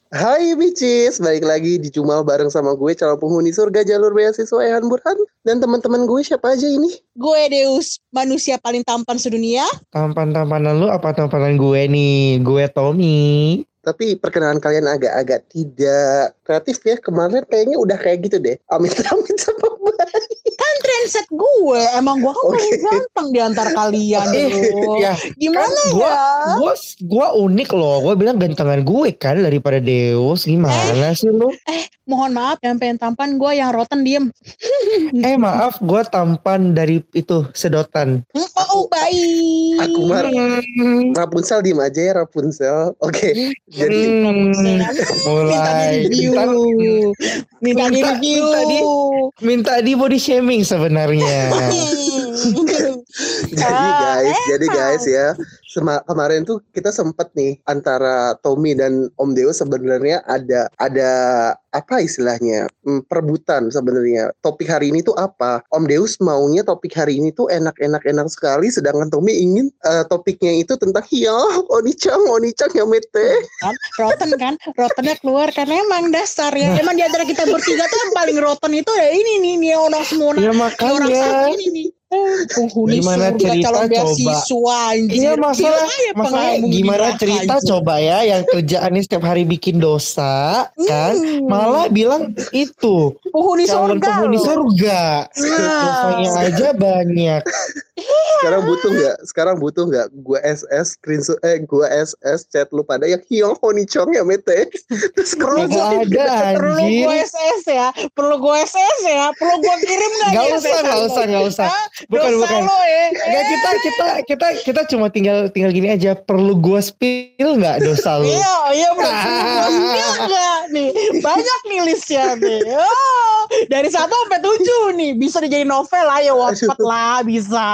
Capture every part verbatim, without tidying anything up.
Hai Bicis, balik lagi di Jumal bareng sama gue calon penghuni surga jalur beasiswa Ehan Burhan. Dan teman-teman gue siapa aja ini? Gue Deus, manusia paling tampan sedunia. Tampan-tampanan lu apa tampanan gue nih? Gue Tommy. Tapi perkenalan kalian agak-agak tidak kreatif ya. Kemarin kayaknya udah kayak gitu deh. Amit-amit sama baik. Kan trendset gue, emang gue kan Oke. paling ganteng di antara kalian. Bro. Ya, Gimana kan gua, ya? Gua, gua unik loh. Gue bilang gantengan gue kan daripada Deus. Gimana sih lu? Eh, mohon maaf yang pengen tampan, gue yang rotten diem. Eh maaf, gue tampan dari itu sedotan. Oh, oh baik. Aku mar Hmm, Rapunzel diem aja ya Rapunzel. Oke. Jadi hmm, mulai Minta di review. Minta di Minta- review. minta di- minta di body shaming sebenarnya. jadi guys, Ah, jadi guys ya. Sema- kemarin tuh kita sempet nih antara Tommy dan Om Deo sebenarnya ada ada apa istilahnya hmm, perebutan sebenarnya. Topik hari ini tuh apa? Om Deus maunya topik hari ini tuh enak-enak-enak sekali, sedangkan Tommy ingin eh, topiknya itu tentang ya Onicang, Onicang ya mete. kan rotten kan rottennya keluar karena emang dasar ya emang di antara kita bertiga tuh yang paling rotten itu ya ini nih nih orang semua Ya orang makanya. satu ini nih Eh, penghuni Gimana surga cerita calon coba? beasiswa anjir. Iya masalah, Bilang aja masalah pengamuk di gimana neraka, cerita anjir. coba ya yang kerjaannya setiap hari bikin dosa kan, Hmm. malah bilang itu penghuni calon surga penghuni loh. surga, Nah. dosanya aja banyak. Sekarang butuh nggak? Sekarang butuh nggak? Gua S S screenshot eh gua S S chat lu pada yang hiong Onicang ya mete. Terus Gak scroll ada Perlu anjir. gue S S ya, perlu gue S S ya, perlu gue kirim nggak? Gak nih usah, S S-an gak lo? usah, gak usah. Hah? Bukan, Dosa bukan. lo ya. Gak, kita kita kita kita cuma tinggal tinggal gini aja. Perlu gua spill nggak dosa lu? Iya, iya bro. Gue spill nggak nih? Banyak nih listnya nih. Oh, dari satu sampai tujuh nih. Bisa dijadiin novel, ayo Wattpad lah, bisa.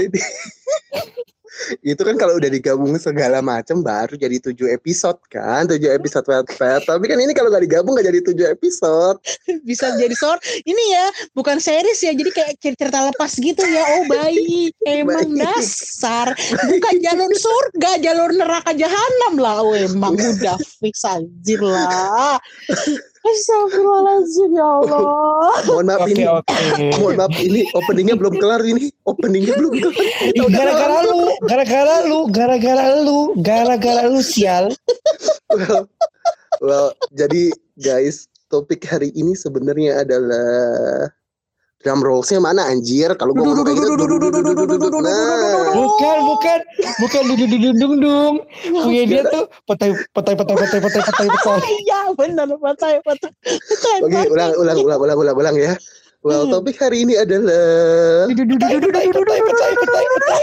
Itu kan kalau udah digabung segala macam baru jadi tujuh episode kan, tujuh episode Wattpad. Tapi kan ini kalau nggak digabung nggak jadi tujuh episode. Bisa jadi short. Ini ya, bukan series ya. Jadi kayak cerita lepas gitu ya. Oh baik, emang Baik. dasar. Bukan jalur surga, jalur neraka jahanam lah. Oh emang udah fix anjir lah. Astagfirullahaladzim ya Allah. Mohon maaf Oke ini, oke. mohon maaf ini openingnya belum kelar ini, openingnya belum kelar. Kita Ih, udah gara-gara lu, gara-gara lu, gara-gara lu, gara-gara lu sial. well, well, jadi guys, topik hari ini sebenarnya adalah drum rollsnya mana anjir? Kalau gue ngomong kayak gitu, nah, Bukan, bukan, bukan dudung-dudung-dudung. Punya dia tuh petai, petai, petai, petai, petai, petai, petai. Iya benar patah patah. oke, ulang, ulang, ulang, ulang, ulang, ulang ya. Well, topik hari ini adalah Petai, petai, petai, petai, petai, petai.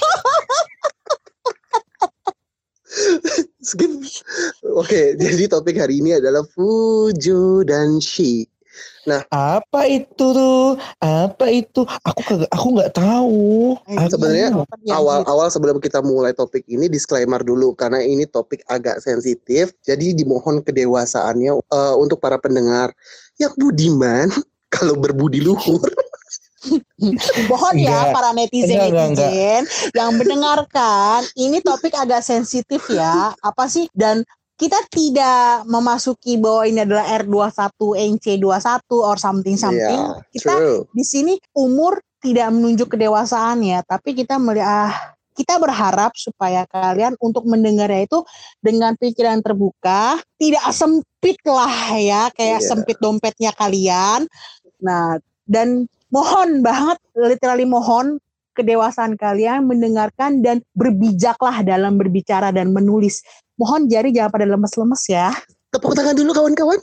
skip. Oke, jadi topik hari ini adalah Fujo dan Shi. Apa itu tuh? Apa itu? Aku kagak, aku nggak tahu. Aku- Sebenarnya Iya, awal-awal sebelum kita mulai topik ini disclaimer dulu karena ini topik agak sensitif. Jadi dimohon kedewasaannya eh, untuk para pendengar yang budiman kalau berbudi luhur. Mohon ya Enggak. para netizen Enggak, enggak, netizen yang mendengarkan ini topik agak sensitif ya apa sih dan kita tidak memasuki bahwa ini adalah R dua puluh satu N C dua puluh satu or something something. Yeah, Kita true. di sini umur tidak menunjuk kedewasaan ya, tapi kita melihat ah, kita berharap supaya kalian untuk mendengarnya itu dengan pikiran terbuka, tidak sempit lah ya, kayak Iya. sempit dompetnya kalian. Nah, dan mohon banget, literally mohon kedewasaan kalian mendengarkan dan berbijaklah dalam berbicara dan menulis. Mohon jari jangan pada lemes-lemes ya. Tepuk tangan dulu kawan-kawan.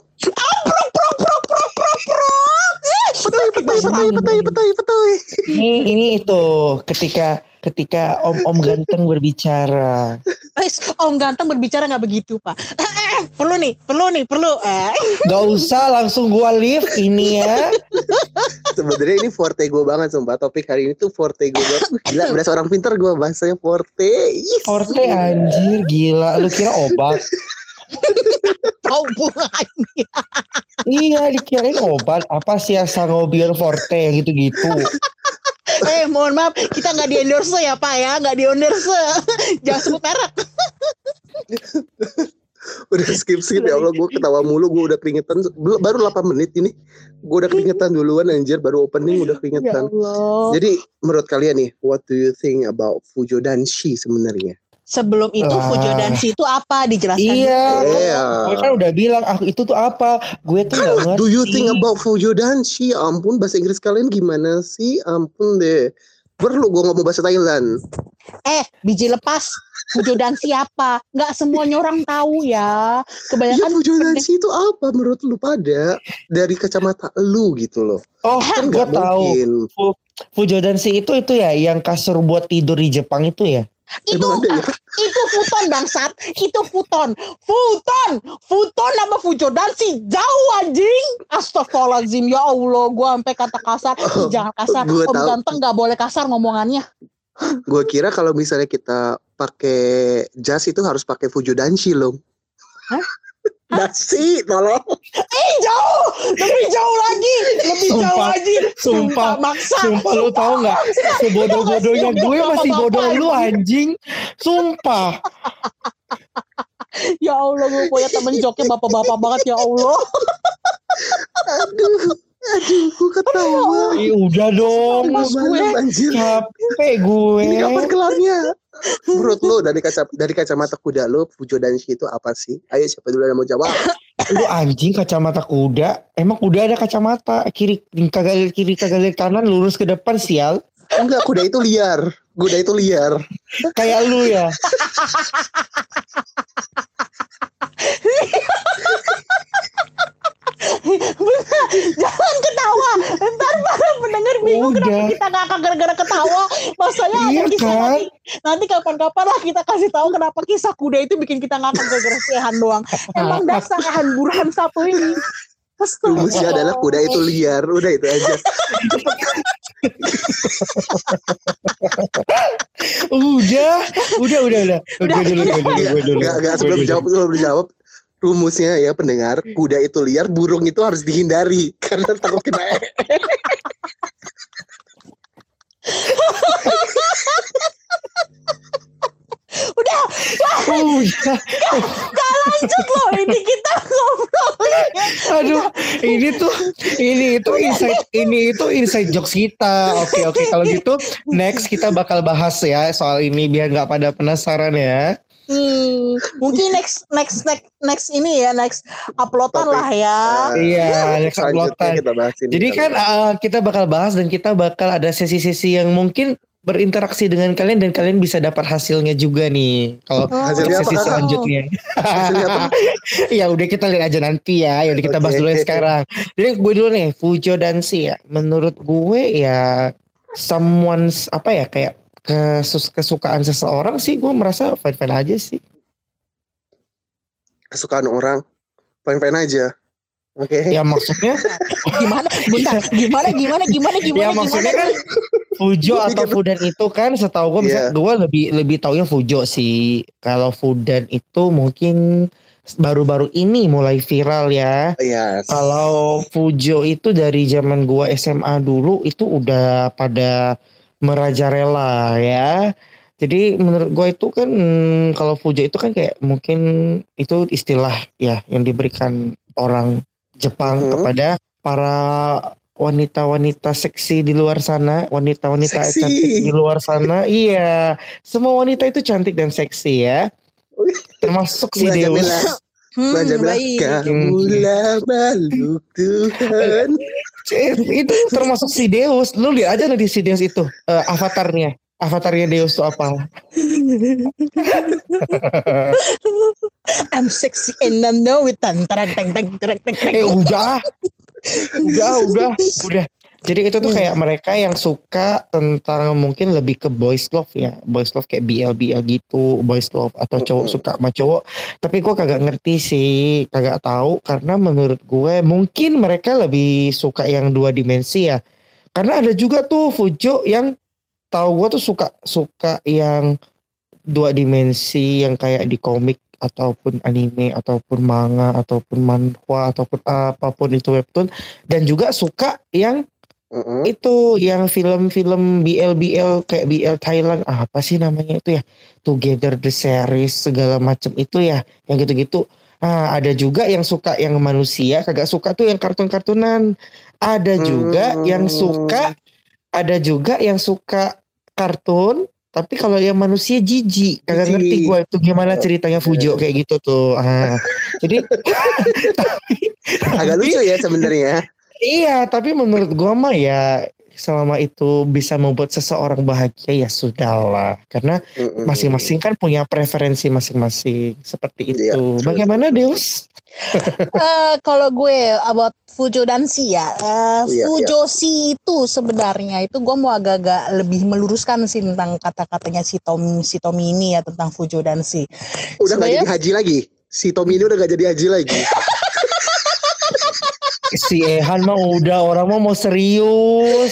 Petai, petai, petai, petai, petai, petai. Ini, ini itu ketika ketika om-om ganteng berbicara. Guys, Om Ganteng berbicara nggak begitu Pak. perlu nih, perlu nih, perlu. Eh. Gak usah langsung gua live ini ya. Sebenarnya ini forte gue banget sumpah. Topik hari ini tuh forte gue banget. Uh, Gila, berasa orang pintar gue bahasanya forte. Ih, Forte anjir gila. Lu kira obat? Tahu bunganya. Iya dikirain obat. Apa sih ya Sangobion Forte yang gitu-gitu. Eh, mohon maaf, kita nggak di endorse ya Pak ya, nggak di endorse. Jangan sebut merek. Udah skip skip ya Allah, gue ketawa mulu, gue udah keringetan. Bel- Baru delapan menit ini, gue udah keringetan duluan anjir, baru opening udah Ya keringetan. Allah. Jadi menurut kalian nih, what do you think about Fujo Danshi sebenarnya? Sebelum itu Lah. Fujo Danshi itu apa? Dijelaskan Iya. dulu. Iya. Gue kan udah bilang, aku itu tuh apa? Gue tuh nggak ngerti. Do you think about Fujo Danshi? Ya ampun, bahasa Inggris kalian gimana sih? Ampun deh. Perlu gue ngomong bahasa Thailand. Eh, biji lepas. Fujo Danshi apa? Nggak semuanya orang tahu ya. Ya Kebanyakan Fujo Danshi itu apa menurut lu pada? Dari kacamata lu gitu loh. Oh, Kan gue nggak tahu. mungkin. Fu- Fujo Danshi itu itu ya, yang kasur buat tidur di Jepang itu ya. itu Emang ada ya? itu futon bangsat, itu futon, futon, futon nama Fujo Danshi jauh anjing. Astagfirullahaladzim, ya Allah, gua sampai kata kasar. Ih, jangan kasar, Gua Om tahu. ganteng nggak boleh kasar ngomongannya. Gue kira kalau misalnya kita pakai jas itu harus pakai Fujo Danshi loh. Hah? Danshi, tolong. Eh jauh, lebih jauh lagi, lebih jauh Sumpah, lagi. sumpah, maksa. Sumpah lu tahu nggak? Sebodoh-bodohnya gue masih bodoh lu anjing. Sumpah. Ya Allah, gue punya temen joknya bapak-bapak banget ya Allah. Aduh, aduh, gue ketawa. Ih, udah dong. Mas gue. Malam, anjir. Capek gue. Ini kapan kelarnya? Menurut lu dari kaca dari kacamata kuda lu, Fujo Danshi itu apa sih? Ayo siapa dulu yang mau jawab? Lu anjing kacamata kuda. Emang kuda ada kacamata. Kiri kagak kiri kagak lihat kanan, lurus ke depan sial. Enggak, kuda itu liar. Kuda itu liar. Kayak lu ya. Jangan ketawa, ntar para pendengar bingung Udah. kenapa kita ngakak gara-gara ketawa. Masalahnya ada Iya kisah kan? nanti, nanti kapan-kapan lah kita kasih tahu kenapa kisah kuda itu bikin kita ngakak gara-gara si Ehan doang. Emang dasar Ehan Burhan satu ini. Rumusnya adalah kuda itu liar. Udah itu aja. Udah, udah, udah, udah. Udah, Gue dulu, gue dulu, gue dulu. Enggak, enggak, Gue sebelum dulu. dijawab, sebelum dijawab. Rumusnya ya pendengar, kuda itu liar, burung itu harus dihindari karena takut kena. Udah, Udah. gak lanjut loh ini kita ngobrol. Aduh, ini tuh, ini itu inside, ini itu inside jokes kita. Oke, oke, kalau gitu next kita bakal bahas ya soal ini biar nggak pada penasaran ya. Hmm, mungkin next next next next ini ya next uploadan Topik. lah ya. Iya, next Selanjutnya uploadan. kita bahas ini. Jadi kan uh, kita bakal bahas dan kita bakal ada sesi-sesi yang mungkin berinteraksi dengan kalian dan kalian bisa dapat hasilnya juga nih kalau Oh. untuk Hasilnya apa, sesi Kakak? selanjutnya. Hasilnya apa? Ya udah kita lihat aja nanti ya. Ya udah kita bahas Oke. dulu ya sekarang. Jadi gue dulu nih, Fujo Danshi ya. Menurut gue ya someone's apa ya kayak kesus kesukaan seseorang sih, gue merasa fine-fine aja sih. Kesukaan orang, fine-fine aja. Oke. Ya maksudnya Gimana? Bentar, gimana gimana gimana gimana ya maksudnya gimana? kan Fujo atau Fudan itu kan setahu gue Iya. misalnya gue lebih lebih taunya Fujo sih. Kalau Fudan itu mungkin baru-baru ini mulai viral ya. Yes. Kalau Fujo itu dari zaman gua S M A dulu itu udah pada merajalela ya. Jadi menurut gua itu kan hmm, kalau Fujo itu kan kayak mungkin itu istilah ya yang diberikan orang Jepang Mhm. kepada para wanita-wanita seksi di luar sana, wanita-wanita Seksi. cantik di luar sana. Iya, semua wanita itu cantik dan seksi ya. Termasuk si Mbak Deus. Jamila, Hmm, Mbak Jamila, baik. kamulah makhluk Tuhan. Eh, itu termasuk si Deus. Lu lihat aja nanti si Deus itu eh, avatarnya. Avatarnya Deus itu apa? I'm sexy and I know it. Tan, tarang, teng, teng, tereng, teng, teng. Eh udah, udah, udah, udah. Jadi itu tuh kayak mereka yang suka tentang mungkin lebih ke boys love ya, boys love kayak B L B L gitu, boys love atau cowok suka sama cowok. Tapi gue kagak ngerti sih, kagak tahu karena menurut gue mungkin mereka lebih suka yang dua dimensi ya. Karena ada juga tuh Fujo yang tahu gue tuh suka suka yang dua dimensi yang kayak di komik ataupun anime ataupun manga ataupun manhwa ataupun apapun itu webtoon dan juga suka yang Mm-mm. Itu yang film-film B L B L kayak B L Thailand ah, apa sih namanya itu ya, Together the Series segala macam itu ya, yang gitu-gitu. Ah, ada juga yang suka yang manusia, kagak suka tuh yang kartun-kartunan. Ada juga yang suka, Hmm. ada juga yang suka kartun, tapi kalau yang manusia jijik, kagak Jijik. ngerti gue itu gimana ceritanya Fujo kayak gitu tuh. Ah, jadi tapi, Agak tapi- lucu ya sebenarnya. Iya, tapi menurut gua mah ya selama itu bisa membuat seseorang bahagia ya sudahlah. Karena Mm-mm. masing-masing kan punya preferensi masing-masing seperti Iya, itu. true, Bagaimana true, true. Deus? Eh, kalau gue about Fujo dan Si ya, eh, Iya, Fujo Si itu sebenarnya itu gue mau agak-agak lebih meluruskan sih tentang kata-katanya si Tom si Tommy ini ya tentang Fujo dan Si. Udah nggak Sebenarnya- jadi haji lagi. Si Tommy ini udah nggak jadi haji lagi. Si Ehan mah udah, orang mah mau serius.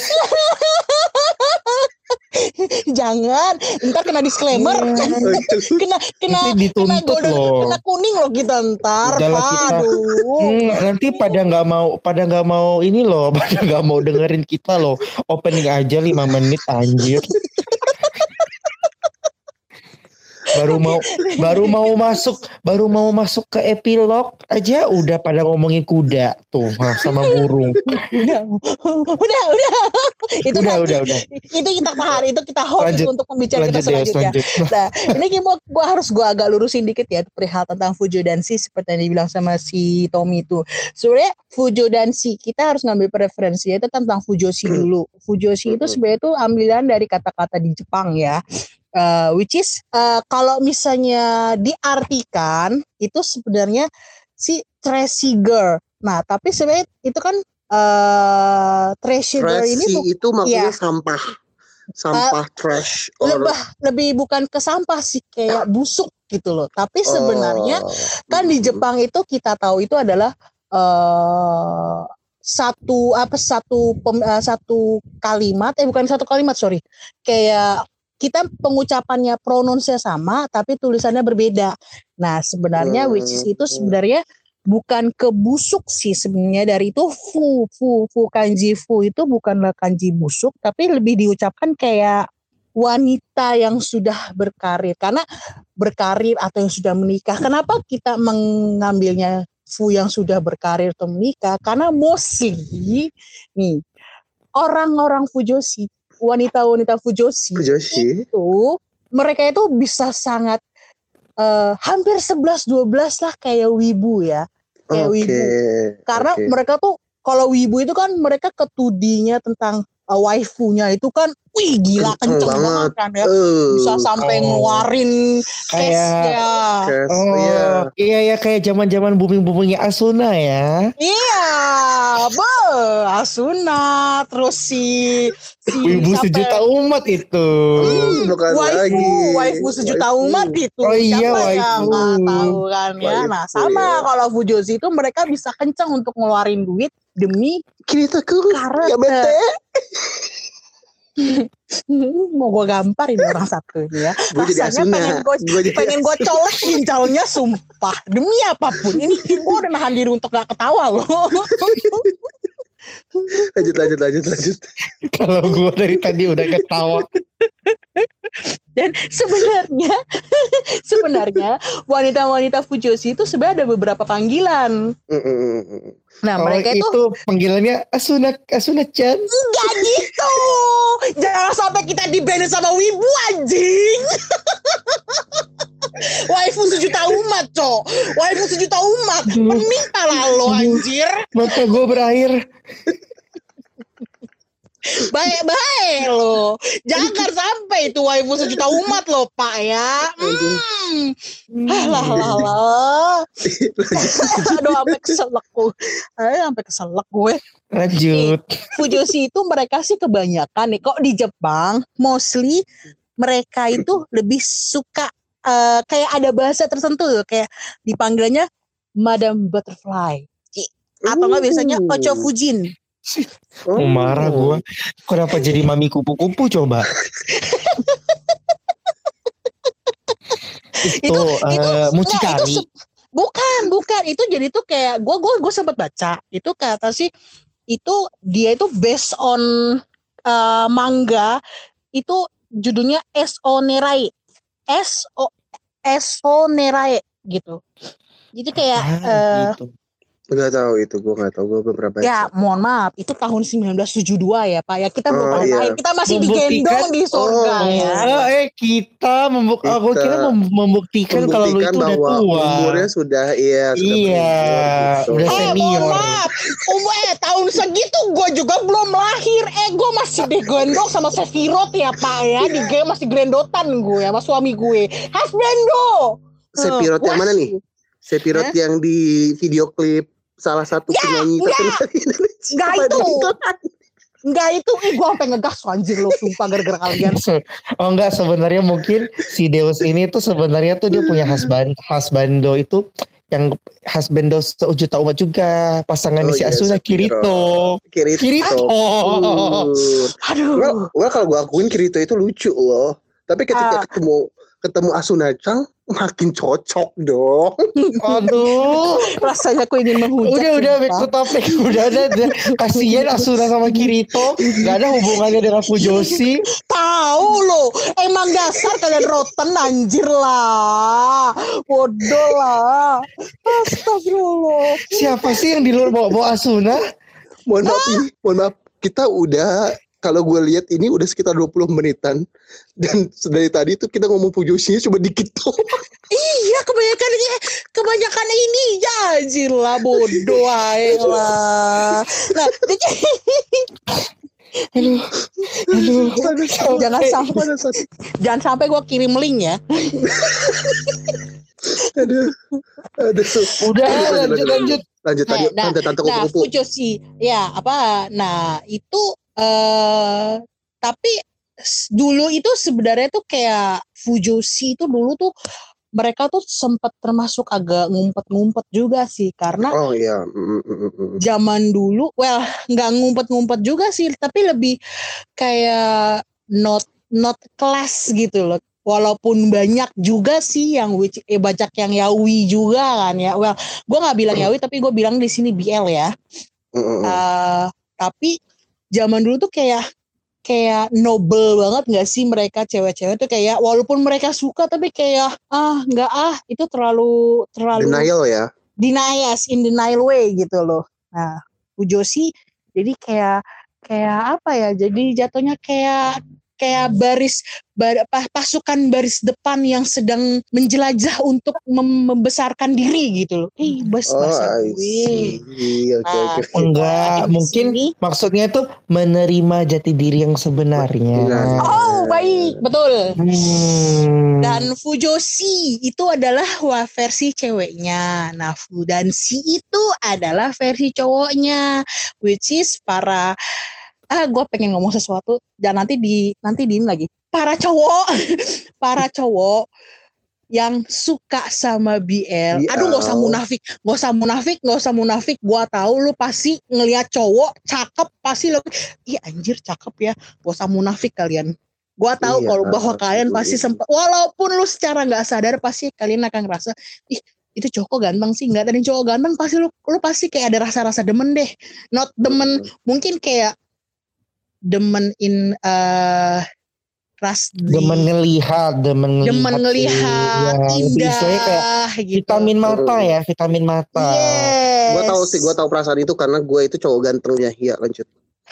Jangan, ntar kena disclaimer, kena kena Nanti kena dituntut golden, loh. kena kuning loh kita ntar. Udahlah kita. Aduh. Hmm, nanti pada nggak mau, pada nggak mau ini loh, pada nggak mau dengerin kita loh. Opening aja lima menit anjir. baru mau baru mau masuk baru mau masuk ke epilog aja udah pada ngomongin kuda tuh sama burung. udah udah udah itu Udah, nanti, udah, udah. itu kita tahan, itu kita hold Lanjut, untuk pembicaraan kita lanjut Deus, selanjutnya. lanjut. Nah ini gua, gua harus gua agak lurusin dikit ya perihal tentang Fujo dan Si seperti yang dibilang sama si Tommy itu. Sebenarnya Fujo dan Si kita harus ngambil preferensi itu tentang Fujoshi dulu. Fujoshi itu sebenarnya itu ambilan dari kata-kata di Jepang ya. Uh, which is uh, kalau misalnya diartikan itu sebenarnya si trashy girl. Nah, tapi sebenarnya itu kan uh, trashy girl ini Trashy bu- itu maksudnya iya. sampah. Sampah trash or lebih lebih bukan ke sampah sih, kayak busuk gitu loh. Tapi Oh. sebenarnya kan di Jepang itu kita tahu itu adalah uh, satu apa satu pem, uh, satu kalimat eh bukan satu kalimat sorry kayak kita pengucapannya pronounsnya sama tapi tulisannya berbeda. Nah sebenarnya Hmm. which is itu sebenarnya bukan kebusuk sih sebenarnya, dari itu fu fu fu kanji fu itu bukanlah kanji busuk tapi lebih diucapkan kayak wanita yang sudah berkarir, karena berkarir atau yang sudah menikah. Kenapa kita mengambilnya fu yang sudah berkarir atau menikah? Karena mostly nih orang-orang Fujoshi, wanita-wanita Fujoshi, Fujoshi. itu mereka itu bisa sangat uh, hampir sebelas dua belas lah kayak wibu ya. Kayak Oke. wibu. Karena Oke. mereka tuh kalau wibu itu kan mereka ketudinya tentang uh, waifunya itu kan wih gila Kenceng kenceng banget, banget. kan ya. Eh, Bisa sampai Oh. ngeluarin Kayak case-nya. Kes, oh iya. iya ya kayak zaman-zaman booming-boomingnya Asuna ya. Iya, be, Asuna, terus si si Wibu siapa sejuta ya? umat itu. Hmm, bukan waifu, lagi. waifu sejuta Waifu. umat gitu. Oh iya, Siapa yang waifu. nggak tahu kan ya. Nah, Waifu, sama ya. kalau Fujoshi itu mereka bisa kencang untuk ngeluarin duit demi Kiritaku Karet. ya bete. mau gue gampar ini orang satu ini ya. Gue jadi Rasanya Asuna. pengen gue Gue jadi pengen gue colek ginjalnya sumpah demi apapun. Ini gue udah nahan diri untuk gak ketawa loh. lanjut lanjut lanjut lanjut. Kalau gue dari tadi udah ketawa. Dan sebenarnya sebenarnya wanita-wanita Fujoshi itu sebenarnya ada beberapa panggilan. Mm-mm. Nah, Oh, mereka itu itu panggilannya Asuna Asuna-chan. enggak gitu. Jangan sampai kita di-ban sama wibu anjing. Waifu sejuta umat, cok. Waifu sejuta umat. Mending pala lo anjir. Mata gue berakhir. Baik-baik lo. Jangan sampai itu waifu sejuta umat lo, Pak ya. Hmm. Lah lah lah. Aduh, sampai keselak gue. Aduh, sampai keselak gue. Lanjut. Fujoshi itu mereka sih kebanyakan nih kok di Jepang mostly mereka itu lebih suka uh, kayak ada bahasa tertentu loh, kayak dipanggilannya Madam Butterfly atau enggak biasanya Ocho Fujin. Mau marah gue. Kenapa jadi mami kupu-kupu coba? itu Itu- uh, itu- mucikari. se- bukan bukan itu jadi tuh kayak gue gue gue sempat baca itu kata sih itu dia itu based on uh, manga itu judulnya Esonerai. S O Esonerai gitu. Jadi kayak Ah, uh, gitu. Nggak tahu itu, gue nggak tahu, gue belum pernah baca. Ya mohon maaf, itu tahun sembilan belas tujuh puluh dua ya Pak ya. Kita belum Oh, pernah iya. lahir. Kita masih Membuktikan- digendong di surga Oh. ya. Oh, eh kita membuk Kita aku kira mem- membuktikan, kalau lu Membuktikan itu udah bahwa tua. umurnya sudah iya sudah Iya, berumur, udah gitu. Eh senior. mohon maaf, umur eh tahun segitu gue juga belum lahir. Eh gue masih digendong sama Sephiroth ya Pak ya. Di game masih grendotan gue sama suami gue. Husbando. Sephiroth yang mana nih? Sephiroth yang di video klip salah satu Ya, penyanyi enggak. terkenal di Indonesia. Enggak Apa itu. gitu? Enggak itu, ih gue sampai ngegas anjir lo sumpah gara-gara kalian. Oh enggak, sebenarnya mungkin si Deus ini tuh sebenarnya tuh dia punya husband husbando itu yang husbando sejuta umat juga, pasangan Oh, si iya, Asuna Kirito. Kirito. Kirito. Uh. Aduh. Well, well kalau gue akuin Kirito itu lucu loh. Tapi ketika Ah. ketemu ketemu Asuna-chan makin cocok dong. Aduh. Rasanya aku ingin menghujat. Udah udah back sumpah. to topic. Udah ada kasihan Asuna sama Kirito, enggak ada hubungannya dengan Fujoshi. Tahu lo, emang dasar kalian rotten anjir lah. Bodoh lah. Astagfirullah. Siapa sih yang di luar bawa-bawa Asuna? Mohon maaf ini, mohon maaf. Kita udah kalau gue lihat ini udah sekitar dua puluh menitan dan dari tadi tuh kita ngomong Fujoshi cuma dikit tuh. Iya kebanyakan ini kebanyakan ini ya anjir lah bodoh ae lah. Nah, Aduh. Aduh. jangan sampai jangan sampai gue kirim link ya. Aduh. Aduh. Udah Lanjut, lanjut lanjut. lanjut. Lanjut tadi Nah, tante tante Nah, kupu-kupu. Fujoshi ya apa? Nah, itu eh tapi s- dulu itu sebenarnya tuh kayak Fujoshi itu dulu tuh mereka tuh sempat termasuk agak ngumpet-ngumpet juga sih karena Oh iya. Mm, mm, mm, mm. zaman dulu, well nggak ngumpet-ngumpet juga sih, tapi lebih kayak not not kelas gitu loh. Walaupun banyak juga sih yang which, eh, banyak yang yaoi juga kan ya. Well, gue nggak bilang yaoi tapi gue bilang di sini B L ya. Mm, mm, mm. Uh, tapi zaman dulu tuh kayak kayak noble banget nggak sih mereka cewek-cewek tuh kayak walaupun mereka suka tapi kayak ah nggak ah itu terlalu terlalu Denial ya. denial in denial way gitu loh. Nah, Fujoshi jadi kayak kayak apa ya? Jadi jatuhnya kayak kayak baris bar, apa, pasukan baris depan yang sedang menjelajah untuk mem- membesarkan diri gitu loh. Eh, bas Oh, bahasa I gue. see. Oke, Nah, oke. Enggak, Di mungkin sini. maksudnya tuh menerima jati diri yang sebenarnya. Benar. Oh, baik, betul. Hmm. Dan Fujoshi itu adalah wah, versi ceweknya. Nah, Fudanshi itu adalah versi cowoknya, which is para ah gue pengen ngomong sesuatu dan nanti di nanti diin lagi. Para cowok, para cowok yang suka sama B L. B L. Aduh, gak usah munafik, gak usah munafik, gak usah munafik. Gua tahu lu pasti ngelihat cowok cakep pasti lu, ih anjir cakep ya. Gak usah munafik kalian. Gua tahu Iya, kalau bahwa iya, kalian iya. pasti sempat, walaupun lu secara nggak sadar pasti kalian akan ngerasa, ih itu cowok ganteng sih, nggak ada yang cowok ganteng pasti lu lu pasti kayak ada rasa-rasa demen deh. Not demen, mungkin kayak demen in uh, ras di Demen ngelihat, demen ngelihat, demen ngelihat ya, lebih istilahnya kayak indah gitu. vitamin mata ya, vitamin mata. Yes. Gue tahu sih, gue tahu perasaan itu karena gue itu cowok gantengnya. Iya, lanjut.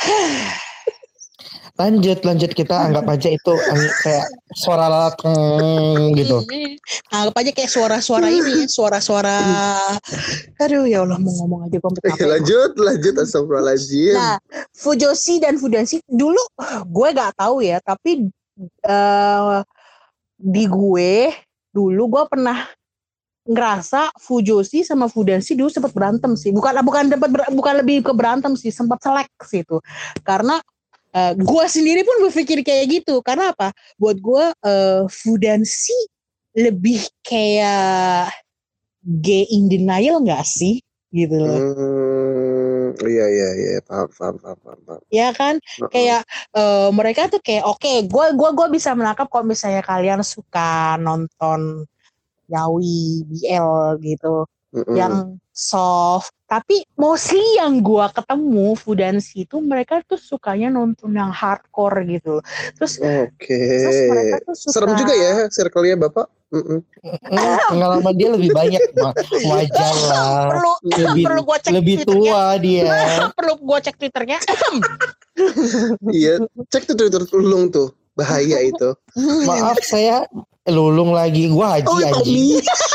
Lanjut, lanjut kita anggap aja itu ang- kayak suara lalat hmm, gitu. Anggap aja kayak suara-suara ini, suara-suara. Aduh ya Allah, mau ngomong aja gue sampai capek. lanjut, lanjut. Astagfirullahaladzim. Nah, Fujoshi dan Fudanshi dulu gue gak tahu ya, tapi uh, di gue dulu gue pernah ngerasa Fujoshi sama Fudanshi dulu sempat berantem sih. Bukan bukan dapat bukan lebih ke berantem sih, sempat selek sih itu. Karena uh, gue sendiri pun berpikir kayak gitu. Karena apa? Buat gue uh, Fudanshi lebih kayak gay in denial gak sih? Gitu loh. Hmm, iya, iya, iya. Paham, paham, paham, paham. paham. Ya kan, Uh-uh. kayak uh, mereka tuh kayak oke, okay, gue gua gua bisa menangkap kalau misalnya kalian suka nonton yaoi B L gitu. Mm-mm. yang soft. Tapi mostly yang gua ketemu Fudansi itu mereka tuh sukanya nonton yang hardcore gitu. Terus Oke. terus mereka tuh suka Serem juga ya circle-nya Bapak. Mm-mm. Mm, pengalaman dia lebih banyak, Mak. Wajar lah. perlu Lebih perlu gua cek lebih Twitternya. tua dia. Perlu gua cek Twitternya. Iya, cek tuh Twitter Lulung tuh. Bahaya itu. Maaf saya lulung lagi. Gua Haji Oh, anjing.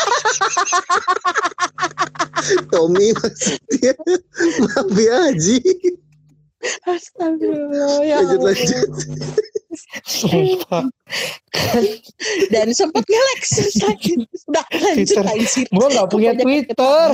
Tommy. Tommy maksudnya. Maaf ya Haji. Astagfirullah ya Lanjut Allah. lanjut. Sumpah. Dan sempat nge-like sudah lanjut Twitter. anjir. Gua nggak punya Banyak Twitter.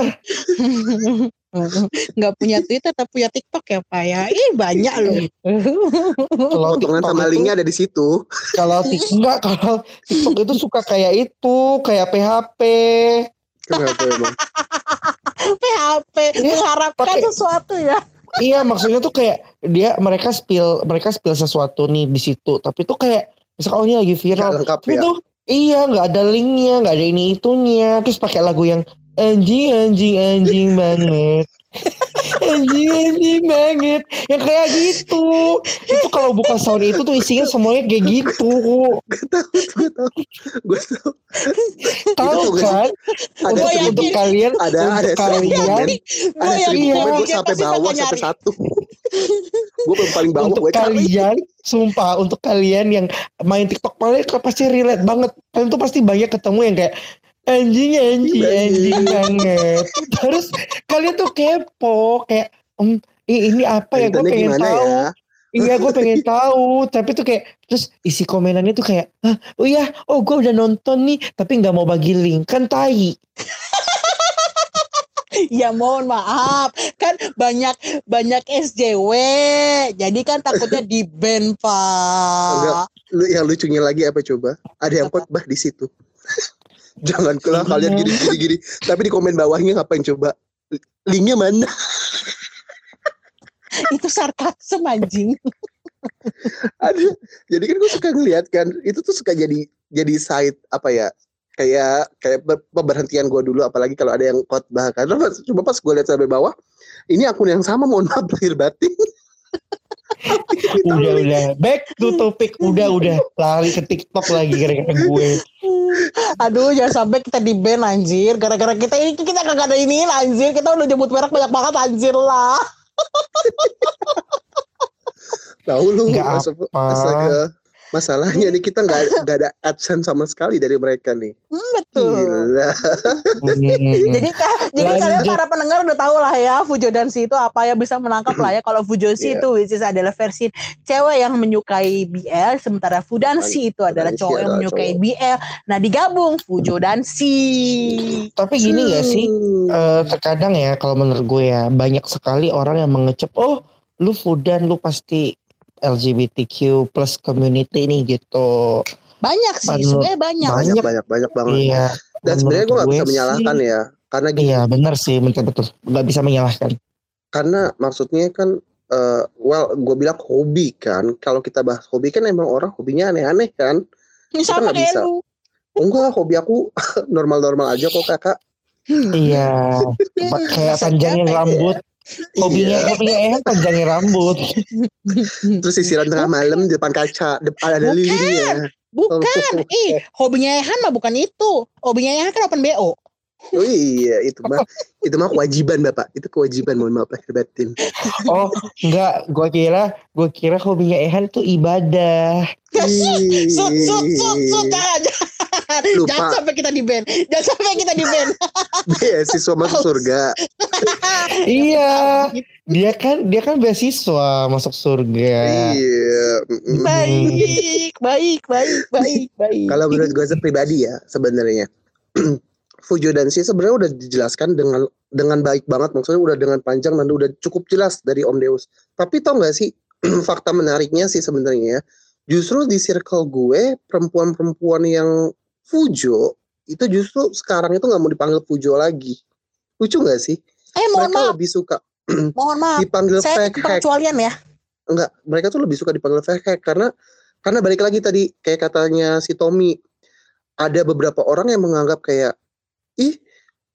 Nggak punya Twitter tapi punya TikTok ya Pak ya. Ih banyak loh. Kalau Potongan TikTok sama itu- linknya ada di situ. Kalau tik enggak, kalau TikTok itu suka kayak itu, kayak P H P. Kenapa emang? P H P mengharapkan pakai- sesuatu ya. Iya, maksudnya tuh kayak dia mereka spill mereka spill sesuatu nih di situ, tapi tuh kayak misalkan oh ini lagi Nggak viral, lengkap tapi ya. tuh iya nggak ada linknya, nggak ada ini itunya, terus pakai lagu yang anjing anjing anjing banget. Anjing anjing banget yang kayak gitu. Itu kalau buka sound itu tuh isinya semuanya kayak gitu. Gue tahu, gue tahu, gue tahu. Tahu Itu kan? Ada Untuk, yakin. untuk kalian, ada ada untuk seribu kalian, komen, Gue ada yakin seribu iya. komen gue dia sampai pasti bakal bawah sampai nyari. satu. Gue belum paling bawah untuk gue cari. kalian, sumpah untuk kalian yang main TikTok paling pasti relate banget. Kalian tuh pasti banyak ketemu yang kayak anjing anjing anjing banget. Terus kalian tuh kepo kayak em, ih, ini apa ya? Gue Editannya pengen gimana tahu. ya? Iya gue pengen tahu. Tapi tuh kayak terus isi komenannya tuh kayak ah, oh iya, oh gue udah nonton nih, tapi nggak mau bagi link kan tai. Ya mohon maaf kan banyak banyak S J W jadi kan takutnya di ban Enggak. Pak. Lu yang lucunya lagi apa coba? Ada yang khotbah di situ. Jangan kelah kalian gini gini gini. Tapi di komen bawahnya ngapain coba? Linknya mana? Itu sarkasem anjing. Ada. Jadi kan gue suka ngeliat kan. Itu tuh suka jadi jadi side apa ya? Kayak kayak pemberhentian gue dulu. Apalagi kalau ada yang khotbah kan. Coba, coba pas gue lihat sampai bawah. Ini akun yang sama. Mohon maaf lahir batin. Udah udah back to topic. Udah udah lari ke TikTok lagi gara-gara gue. Aduh jangan sampai kita di ban anjir. Gara-gara kita ini kita kagak ada ini anjir. Kita udah nyebut merek banyak banget anjir lah. Tahu lu. Nggak Astaga. apa. Astaga. Masalahnya nih kita nggak nggak ada adsense sama sekali dari mereka nih. Hmm, betul. Gila. Hmm. Jadi ka- jadi Lanjut. kalian para pendengar udah tahu lah ya Fujodansi itu apa ya, bisa menangkap lah ya kalau Fujoshi Iya. itu which is adalah versi cewek yang menyukai B L, sementara Fudansi itu adalah Fudansi cowok yang adalah menyukai cowok. B L. Nah digabung Fujodansi. Tapi gini gak sih? Eh, terkadang ya kalau menurut gue ya banyak sekali orang yang mengecap oh lu Fudan lu pasti L G B T Q plus community nih gitu. Banyak sih, Menurut- sebenarnya banyak. banyak banyak. banyak banyak banget. Iya. Dan sebenarnya gue menurut nggak bisa sih- menyalahkan ya, karena gini, Iya benar sih, betul betul nggak bisa menyalahkan. karena maksudnya kan, eh, well, gue bilang hobi kan. Kalau kita bahas hobi kan emang orang hobinya aneh-aneh kan. Ini sama nggak kayak bisa. lu. Enggak, hobi aku normal-normal aja kok kakak. Iya. Kayak panjangin rambut. Hobinya Iya. hobinya Ehan panjangin rambut. Terus sisiran tengah malam di depan kaca, depan ada Bukan. lilinnya. Bukan, ih hobinya Ehan mah bukan itu. Hobinya Ehan kan open B O. Oh iya, itu mah itu mah kewajiban bapak, itu kewajiban, mohon maaf lahir batin. Oh enggak, gua kira gua kira hobinya Ehan tuh ibadah. Ya, sut, sut, sut, sut, sut, jangan, jangan. Lupa. Jangan sampai kita di ban. Jangan sampai kita di ban. Beasiswa masuk surga. Iya. Dia kan dia kan beasiswa masuk surga. Iya. Mm-mm. Baik, baik, baik, baik, baik. Kalau menurut gue pribadi ya sebenarnya Fujodansi sebenarnya udah dijelaskan dengan dengan baik banget, maksudnya udah dengan panjang dan udah cukup jelas dari Om Deus. Tapi tau gak sih fakta menariknya sih sebenarnya ya, justru di circle gue perempuan-perempuan yang Fujo itu justru sekarang itu nggak mau dipanggil Fujo lagi. Lucu gak sih? Eh mohon Mereka maaf, lebih suka mohon maaf. dipanggil Saya fake hack. pengecualian ya. Enggak, mereka tuh lebih suka dipanggil fake hack karena karena balik lagi tadi kayak katanya si Tommy, ada beberapa orang yang menganggap kayak ih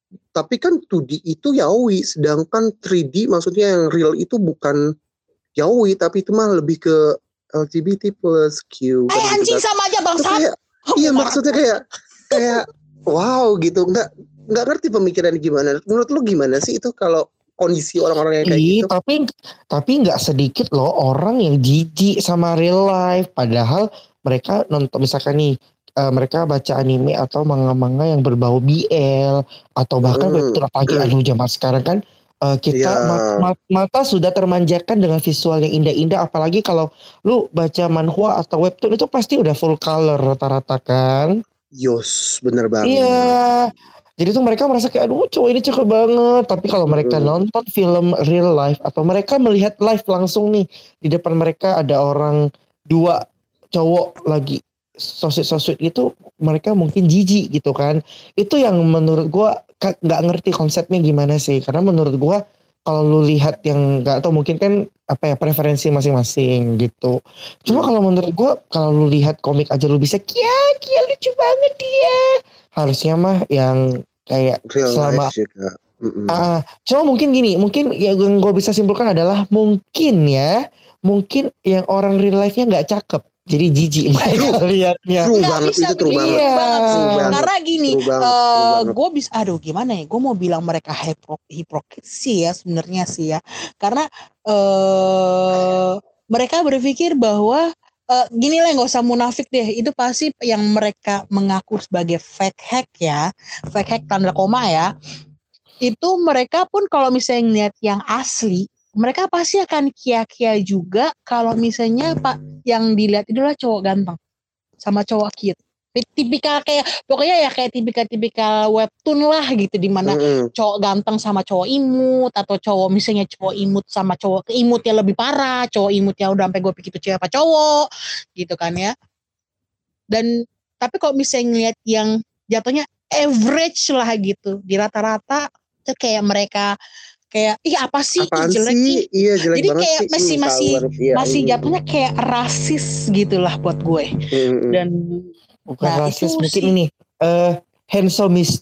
Tapi kan two D itu yaoi, sedangkan three D maksudnya yang real itu bukan yaoi, tapi itu mah lebih ke L G B T plus Q. Eh anjing sama aja bangsat. Kayak, iya maksudnya kayak kayak wow gitu, nggak nggak ngerti pemikiran gimana. Menurut lu gimana sih itu kalau kondisi orang-orang yang kayak Ih, gitu? tapi tapi nggak sedikit loh orang yang jijik sama real life. Padahal mereka nonton misalkan nih uh, mereka baca anime atau manga-manga yang berbau B L atau bahkan Hmm. webtoon apalagi aduh zaman sekarang kan uh, kita Iya. mat- mat- mata sudah termanjakan dengan visual yang indah-indah. Apalagi kalau lu baca manhwa atau webtoon itu pasti udah full color rata-rata kan. Yos, bener banget. Iya. Jadi tuh mereka merasa kayak aduh cowok ini cakep banget. Tapi kalau mereka Mm-mm. nonton film real life atau mereka melihat live langsung nih di depan mereka ada orang dua cowok lagi sosok-sosok itu, mereka mungkin jijik gitu kan. Itu yang menurut gua ka- nggak ngerti konsepnya gimana sih. Karena menurut gua kalau lu lihat yang nggak tahu mungkin kan apa ya preferensi masing-masing gitu. Cuma Hmm. kalau menurut gua kalau lu lihat komik aja lu bisa kia kia lucu banget dia. Harusnya mah yang kayak Real selama life juga. Mm-mm. ah, cuma mungkin gini, mungkin yang gue bisa simpulkan adalah mungkin ya, mungkin yang orang real life-nya nggak cakep, jadi jijik mereka lihatnya. True Nggak banget, bisa itu true begitu banget. Iya. banget sih. True banget. Karena gini, True banget, true eh banget. gue bisa, aduh gimana ya, gue mau bilang mereka hipro, hipokrit sih ya sebenarnya sih ya. Karena eh mereka berpikir bahwa eh, gini lah, nggak usah munafik deh. Itu pasti yang mereka mengaku sebagai fake hack ya, fake hack tanda koma ya. Itu mereka pun kalau misalnya ngeliat yang asli, mereka pasti akan kia-kia juga kalau misalnya pak yang dilihat itu adalah cowok ganteng sama cowok cute. Tipikal kayak pokoknya ya kayak tipikal-tipikal webtoon lah gitu, di mana Mm-mm. cowok ganteng sama cowok imut, atau cowok misalnya cowok imut sama cowok imut yang lebih parah, cowok imut yang udah sampai gue pikir itu cewek apa cowok gitu kan ya. Dan tapi kalau misalnya ngeliat yang jatuhnya average lah gitu, di rata-rata itu kayak mereka kayak ih apa sih, ih Apaan jelek ih. sih? Iya jelek Jadi banget kayak sih. masih Hmm, masih tahu, iya, masih mm. jatuhnya kayak rasis gitulah buat gue. Mm-mm. Dan Bukan nah rasis, itu mungkin sih ini eh handsomis.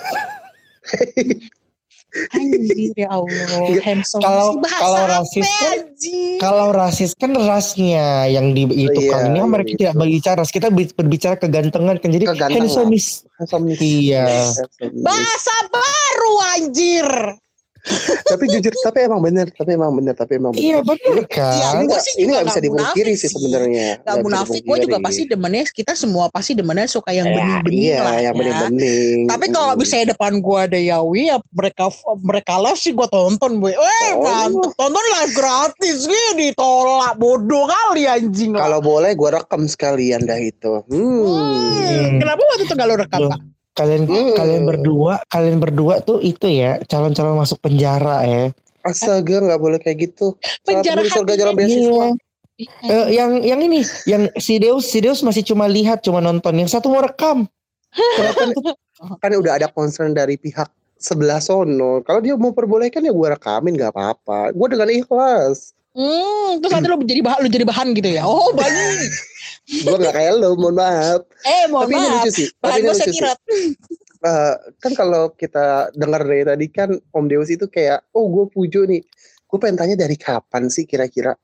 anjir ya Allah, handsome Kalau sih bahasa kalau apa rasis kan anjing? kalau rasis kan rasnya yang di itu Iya, kan. Ini kan yang mereka itu. tidak berbicara ras, kita ber- berbicara kegantengan kan. Jadi Kegantengan. handsomis. Handsomis. Iya. Handsomis. Bahasa baru anjir. Tapi jujur, tapi emang bener, tapi emang bener, tapi emang bener. Iya benar Iya, kan. Ini gue nggak sih ini juga nggak bisa nggak dipungkiri munafik sih sih. sebenarnya. Gak Nggak bisa munafik, gue juga dipungkiri. pasti demennya, kita semua pasti demennya suka yang Ya, bening-bening iya, lah yang ya. bening-bening. Tapi kalau Mm-mm. misalnya depan gue ada Yawi, ya mereka mereka lah sih gue tonton, boy. Eh Oh. mantep, tonton live gratis, gue ditolak, bodoh kali anjing lah. Kalau boleh gue rekam sekalian dah itu. Hmm. Hmm, kenapa waktu itu gak lo rekam, Loh, Pak? Kalian Hmm. kalian berdua, kalian berdua tuh itu ya calon-calon masuk penjara ya. Astaga, nggak boleh kayak gitu. Penjara Saat surga hati jalan kan? beasiswa. Iya. Eh, yang yang ini, yang si Deus, si Deus masih cuma lihat, cuma nonton. Yang satu mau rekam. Kenapa tuh? Kan udah ada concern dari pihak sebelah sono. Kalau dia mau perbolehkan ya gue rekamin, nggak apa-apa. Gue dengan ikhlas. Hmm, terus nanti lo jadi bahan, lo jadi bahan gitu ya? Oh baik. Gue nggak kayak lo, mohon maaf. Eh mohon Tapi ini maaf, lucu sih. Tapi bahan ini gue lucu sih. sekirat. Uh, kan kalau kita dengar dari tadi kan Om Deus itu kayak, oh gue puju nih. Gue pengen tanya dari kapan sih kira-kira?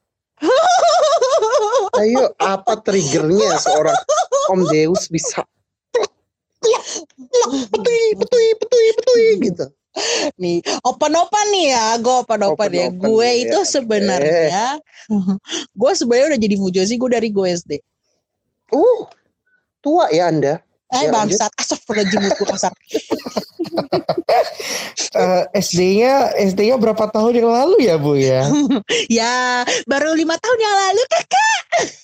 Ayo, apa triggernya seorang Om Deus bisa petui, petui, petui, petui gitu? Nih, open-open nih ya, gue open-open ya. Open-open Gue ya, itu oke. sebenarnya, gue sebenarnya udah jadi fujoshi gue dari gue S D. Uh, tua ya Anda? Eh Ya, lanjut. bangsat, asap rajin gue kasar. Eh, S D-nya S D-nya berapa tahun yang lalu ya Bu ya? Ya, baru lima tahun yang lalu kakak.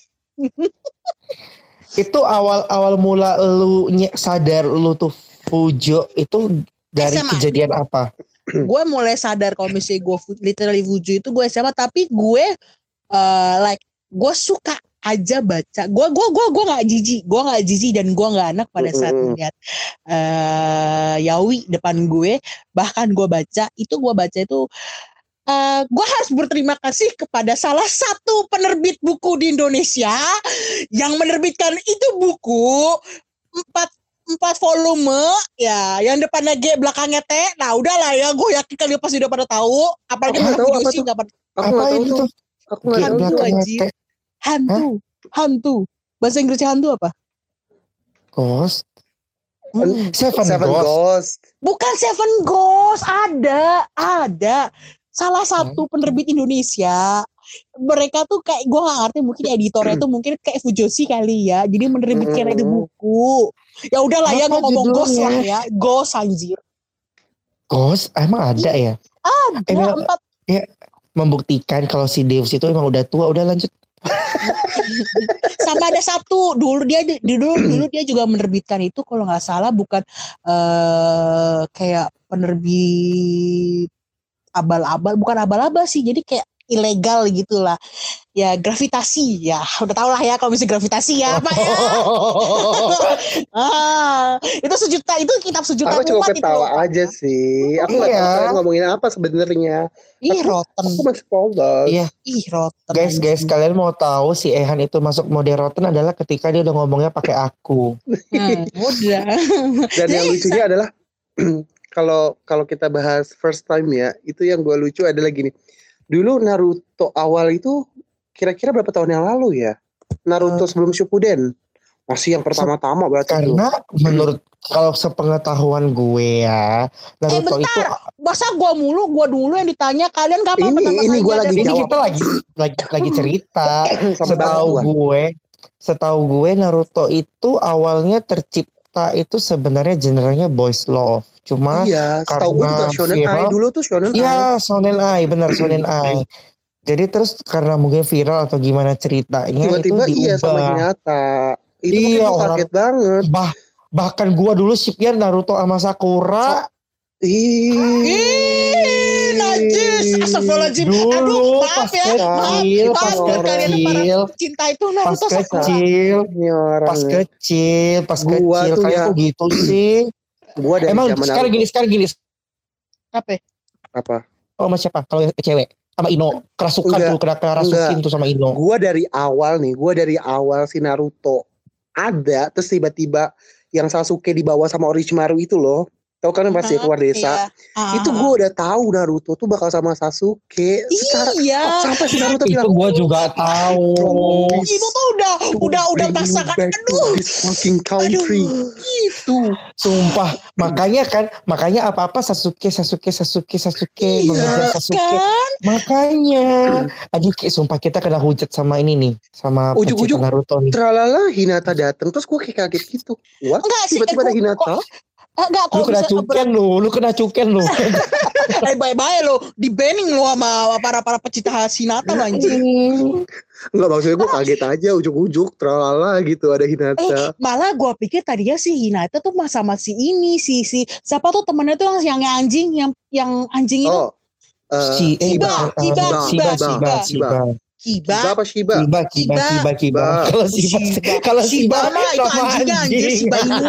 Itu awal-awal mula lu nye- sadar lu tuh fujo itu dari S M A. kejadian apa? Gue mulai sadar kalau misalnya gue fu- literally fujo itu gue S M A, tapi gue uh, like gue suka aja baca. Gue gue gue gue nggak jijik, gue nggak jijik dan gue nggak anak pada saat Mm-mm. melihat uh, yaoi depan gue. Bahkan gue baca itu, gue baca itu. Uh, gue harus berterima kasih kepada salah satu penerbit buku di Indonesia yang menerbitkan itu buku empat empat volume ya, yang depannya G belakangnya T. Nah udahlah ya, gue yakin kalian pasti udah pada tahu. Apalagi Aku nggak tahu apa Fujoshi tuh. nggak pada. Aku nggak Apa tahu itu tuh. tuh? Aku nggak G tahu tuh. Hantu belakangnya anjir. T. Hantu, hantu. Bahasa Inggrisnya hantu apa? Ghost. Hmm. Seven, Seven Ghost. Ghost. Bukan Seven Ghost, ada, ada. Salah satu penerbit Indonesia. Mereka tuh kayak gue nggak ngerti, mungkin editornya tuh mungkin kayak Fujoshi kali ya. Jadi menerbitkan itu Mm. buku. Ya udahlah ya, gue Apa ngomong Ghost judulnya? lah ya, Ghost anjir. Ghost emang ada ya? Ada Emang empat. ya membuktikan kalau si Deus itu emang udah tua. Udah lanjut. Sama ada satu dulu dia dulu dulu dia juga menerbitkan itu kalau nggak salah, bukan eh kayak penerbit abal-abal, bukan abal-abal sih, jadi kayak ilegal gitulah ya, gravitasi ya, udah tau lah ya kalau misalnya gravitasi ya apa ya. Ah, itu sejuta, itu kitab sejuta Aku cuma umat itu ketawa loh. aja sih. Aku nggak Iya. tahu kalian ngomongin apa sebenarnya. Ih Aku- rotten, Aku masih polos. Iya. ih rotten. Guys, guys, kalian mau tahu si Ehan itu masuk mode rotten adalah ketika dia udah ngomongnya pakai aku. Hmm, udah. Dan yang lucunya adalah kalau kalau kita bahas first time ya, itu yang gue lucu adalah gini. Dulu Naruto awal itu kira-kira berapa tahun yang lalu ya? Naruto Uh, sebelum Shippuden. Masih yang pertama-tama berarti tuh. Karena menurut kalau sepengetahuan gue ya, Eh Naruto itu bentar, masa gua mulu, gua dulu yang ditanya, kalian kapan Ini- pertama ini kali gua ada- lagi ini jawab. kita lagi lagi lagi cerita. Sampai Setahu bangkuan. gue, setahu gue Naruto itu awalnya tercipta itu sebenarnya genrenya boys love. Cuma Iya, setahu gue juga karena Shonen Ai viral- dulu tuh Shonen Ai. iya, Shonen Ai, benar Shonen Ai. Jadi terus karena mungkin viral atau gimana ceritanya Tiba-tiba itu iya sama diubah. Hinata. Itu Iya, iya, orang- kaget banget. Bah, bahkan gua dulu shipnya Naruto sama Sakura. Ih, najis, astagfirullahaladzim. Dulu Aduh, pas maaf ya, maaf, kecil, pas maaf buat kalian kecil, para cinta itu pas Naruto Sakura. kecil, Ini orang pas ya. kecil, pas Gua kecil. tuh Kalian ya- kok gitu sih? Gua dari Emang zaman sekarang Naruto. gini, sekarang gini. Apa? Apa? Oh, sama siapa? Kalau cewek sama Ino, kerasukan Enggak, tuh, kena kerasukin tuh sama Ino. Gua dari awal nih, gua dari awal si Naruto ada, terus tiba-tiba yang Sasuke dibawa sama Orochimaru itu loh. Tahu kan pas dia keluar desa. Iya. Itu gue udah tahu Naruto tuh bakal sama Sasuke. Sekarang Iya. sampai si Naruto Itu bilang, gua juga tahu. Itu tuh udah udah udah bring you pasangan. back to Aduh. this fucking country. Aduh. Gitu. Sumpah, makanya kan, makanya apa-apa Sasuke, Sasuke, Sasuke, Sasuke, Iya, mengejar Sasuke. Kan? Makanya, aduh kayak sumpah kita kena hujat sama ini nih, sama Ujuk-ujuk. pecinta Naruto nih. Tralala Hinata dateng, terus gue kayak kaget gitu. What? Enggak sih, Tiba-tiba ada eh, Hinata. kok- Eh, enggak, Lu kalau kena misalnya cuken lu, lu kena cuken lu. eh bye-bye lo, di banning lo sama para para pecinta Hinata lo anjing. Enggak, maksudnya gue kaget aja ujuk-ujuk Tralala gitu ada Hinata. Eh, malah gue pikir tadinya si Hinata tuh mas sama si ini si si siapa tuh temennya tuh yang yang anjing yang yang anjing itu Oh. eh, Si eh, Shiba, uh, Shiba, Shiba, Shiba, Shiba, Shiba. Shiba. Shiba Kiba. apa Shiba? Shiba, Shiba, Shiba. Shiba, Shiba. Shiba. Kalau Shiba, kalau Shiba Shiba mah itu nama anjingnya anjir, Shiba Inu.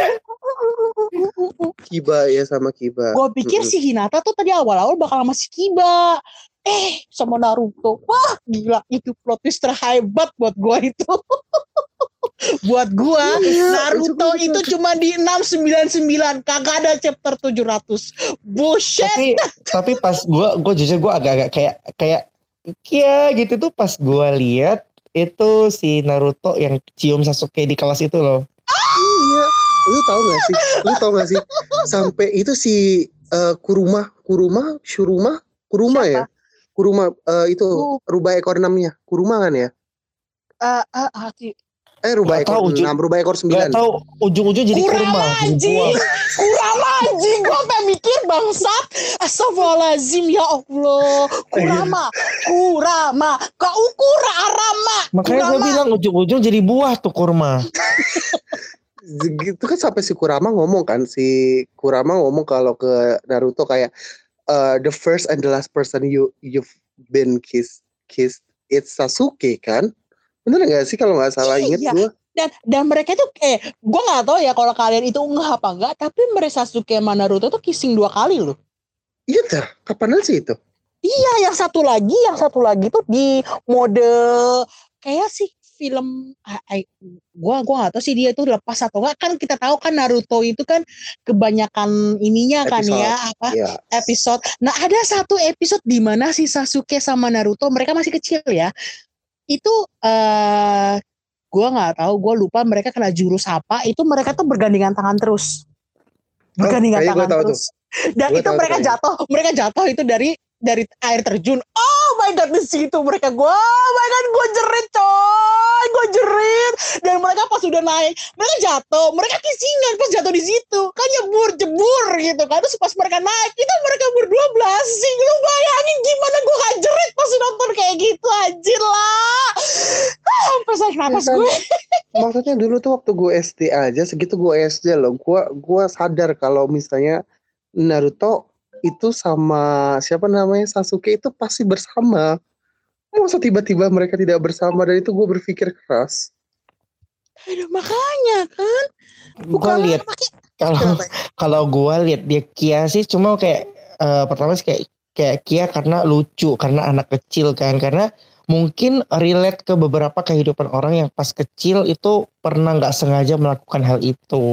Kiba ya sama Kiba. Gue pikir Mm-mm. si Hinata tuh tadi awal-awal bakal sama si Kiba. Eh, sama Naruto. Wah, gila. Itu plot twist terhebat buat gue itu. buat gue, Iya, Naruto itu- itu cuma di enam sembilan sembilan. Kagak ada chapter tujuh ratus. Bullshit. tapi tapi pas gua gua jujur gua agak-agak kayak kayak ya gitu tuh pas gua lihat itu si Naruto yang cium Sasuke di kelas itu loh. Iya, lu tau gak sih? Lu tau gak sih? Sampai itu si eh, Kuruma, Kuruma, Shuruma, Kuruma Siapa? ya? Kuruma eh, itu Ku- rubah ekor enamnya, Kuruma kan ya? Eh, eh, hati. Eh rubah Nggak ekor tahu, Ju. enam, rubah ekor Gak sembilan. tahu ujung-ujung jadi Kurama kurma, jadi anjing. buah. Kurama anjing. Gue sampai mikir bangsat. Astagfirullahaladzim ya Allah. Kurama. Kurama. Kau ukura arama. Makanya gue Kurama. bilang ujung-ujung jadi buah tuh kurma. Gitu kan sampai si Kurama ngomong kan, si Kurama ngomong kalau ke Naruto kayak eh, the first and the last person you you've been kissed kissed it's Sasuke kan? Bener gak sih kalau nggak salah inget Iya. gue? Dan dan mereka itu eh gue nggak tahu ya kalau kalian itu enggak apa enggak, tapi mereka Sasuke sama Naruto tuh kissing dua kali loh. Iya dah, kapan sih itu? Iya, yang satu lagi, yang satu lagi tuh di mode kayak sih film ah, I- gua gua nggak tahu sih dia itu lepas atau enggak, kan kita tahu kan Naruto itu kan kebanyakan ininya kan Episode. ya apa Iya. episode. Nah, ada satu episode di mana si Sasuke sama Naruto mereka masih kecil ya. Itu eh gua nggak tahu, gua lupa mereka kena jurus apa. Itu mereka tuh bergandengan tangan terus. Oh, Bergandengan kayaknya gue tangan tahu tuh. terus. Dan Gue itu tahu tuh mereka kayaknya. jatuh, mereka jatuh itu dari dari air terjun. Oh my god, di situ mereka gua, oh my god, gue jerit coy, gue jerit. Dan mereka pas udah naik, mereka jatuh, mereka kisingan pas jatuh di situ, kan nyebur jebur gitu kan. Terus pas mereka naik, itu mereka berdua blasting. Lu bayangin gimana gue gak jerit pas nonton kayak gitu, anjir lah. Ah, sampai saya napas Ya kan? gue. Maksudnya dulu tuh waktu gue S D aja, segitu gue S D loh, gue gue sadar kalau misalnya Naruto itu sama siapa namanya Sasuke itu pasti bersama. Masa tiba-tiba mereka tidak bersama, dan itu gue berpikir keras. Aduh, makanya kan. Gue Bukan lihat pakai kalau kenapa? kalau gue lihat dia Kia sih cuma kayak eh, pertama sih kayak kayak Kia karena lucu, karena anak kecil kan, karena mungkin relate ke beberapa kehidupan orang yang pas kecil itu pernah nggak sengaja melakukan hal itu.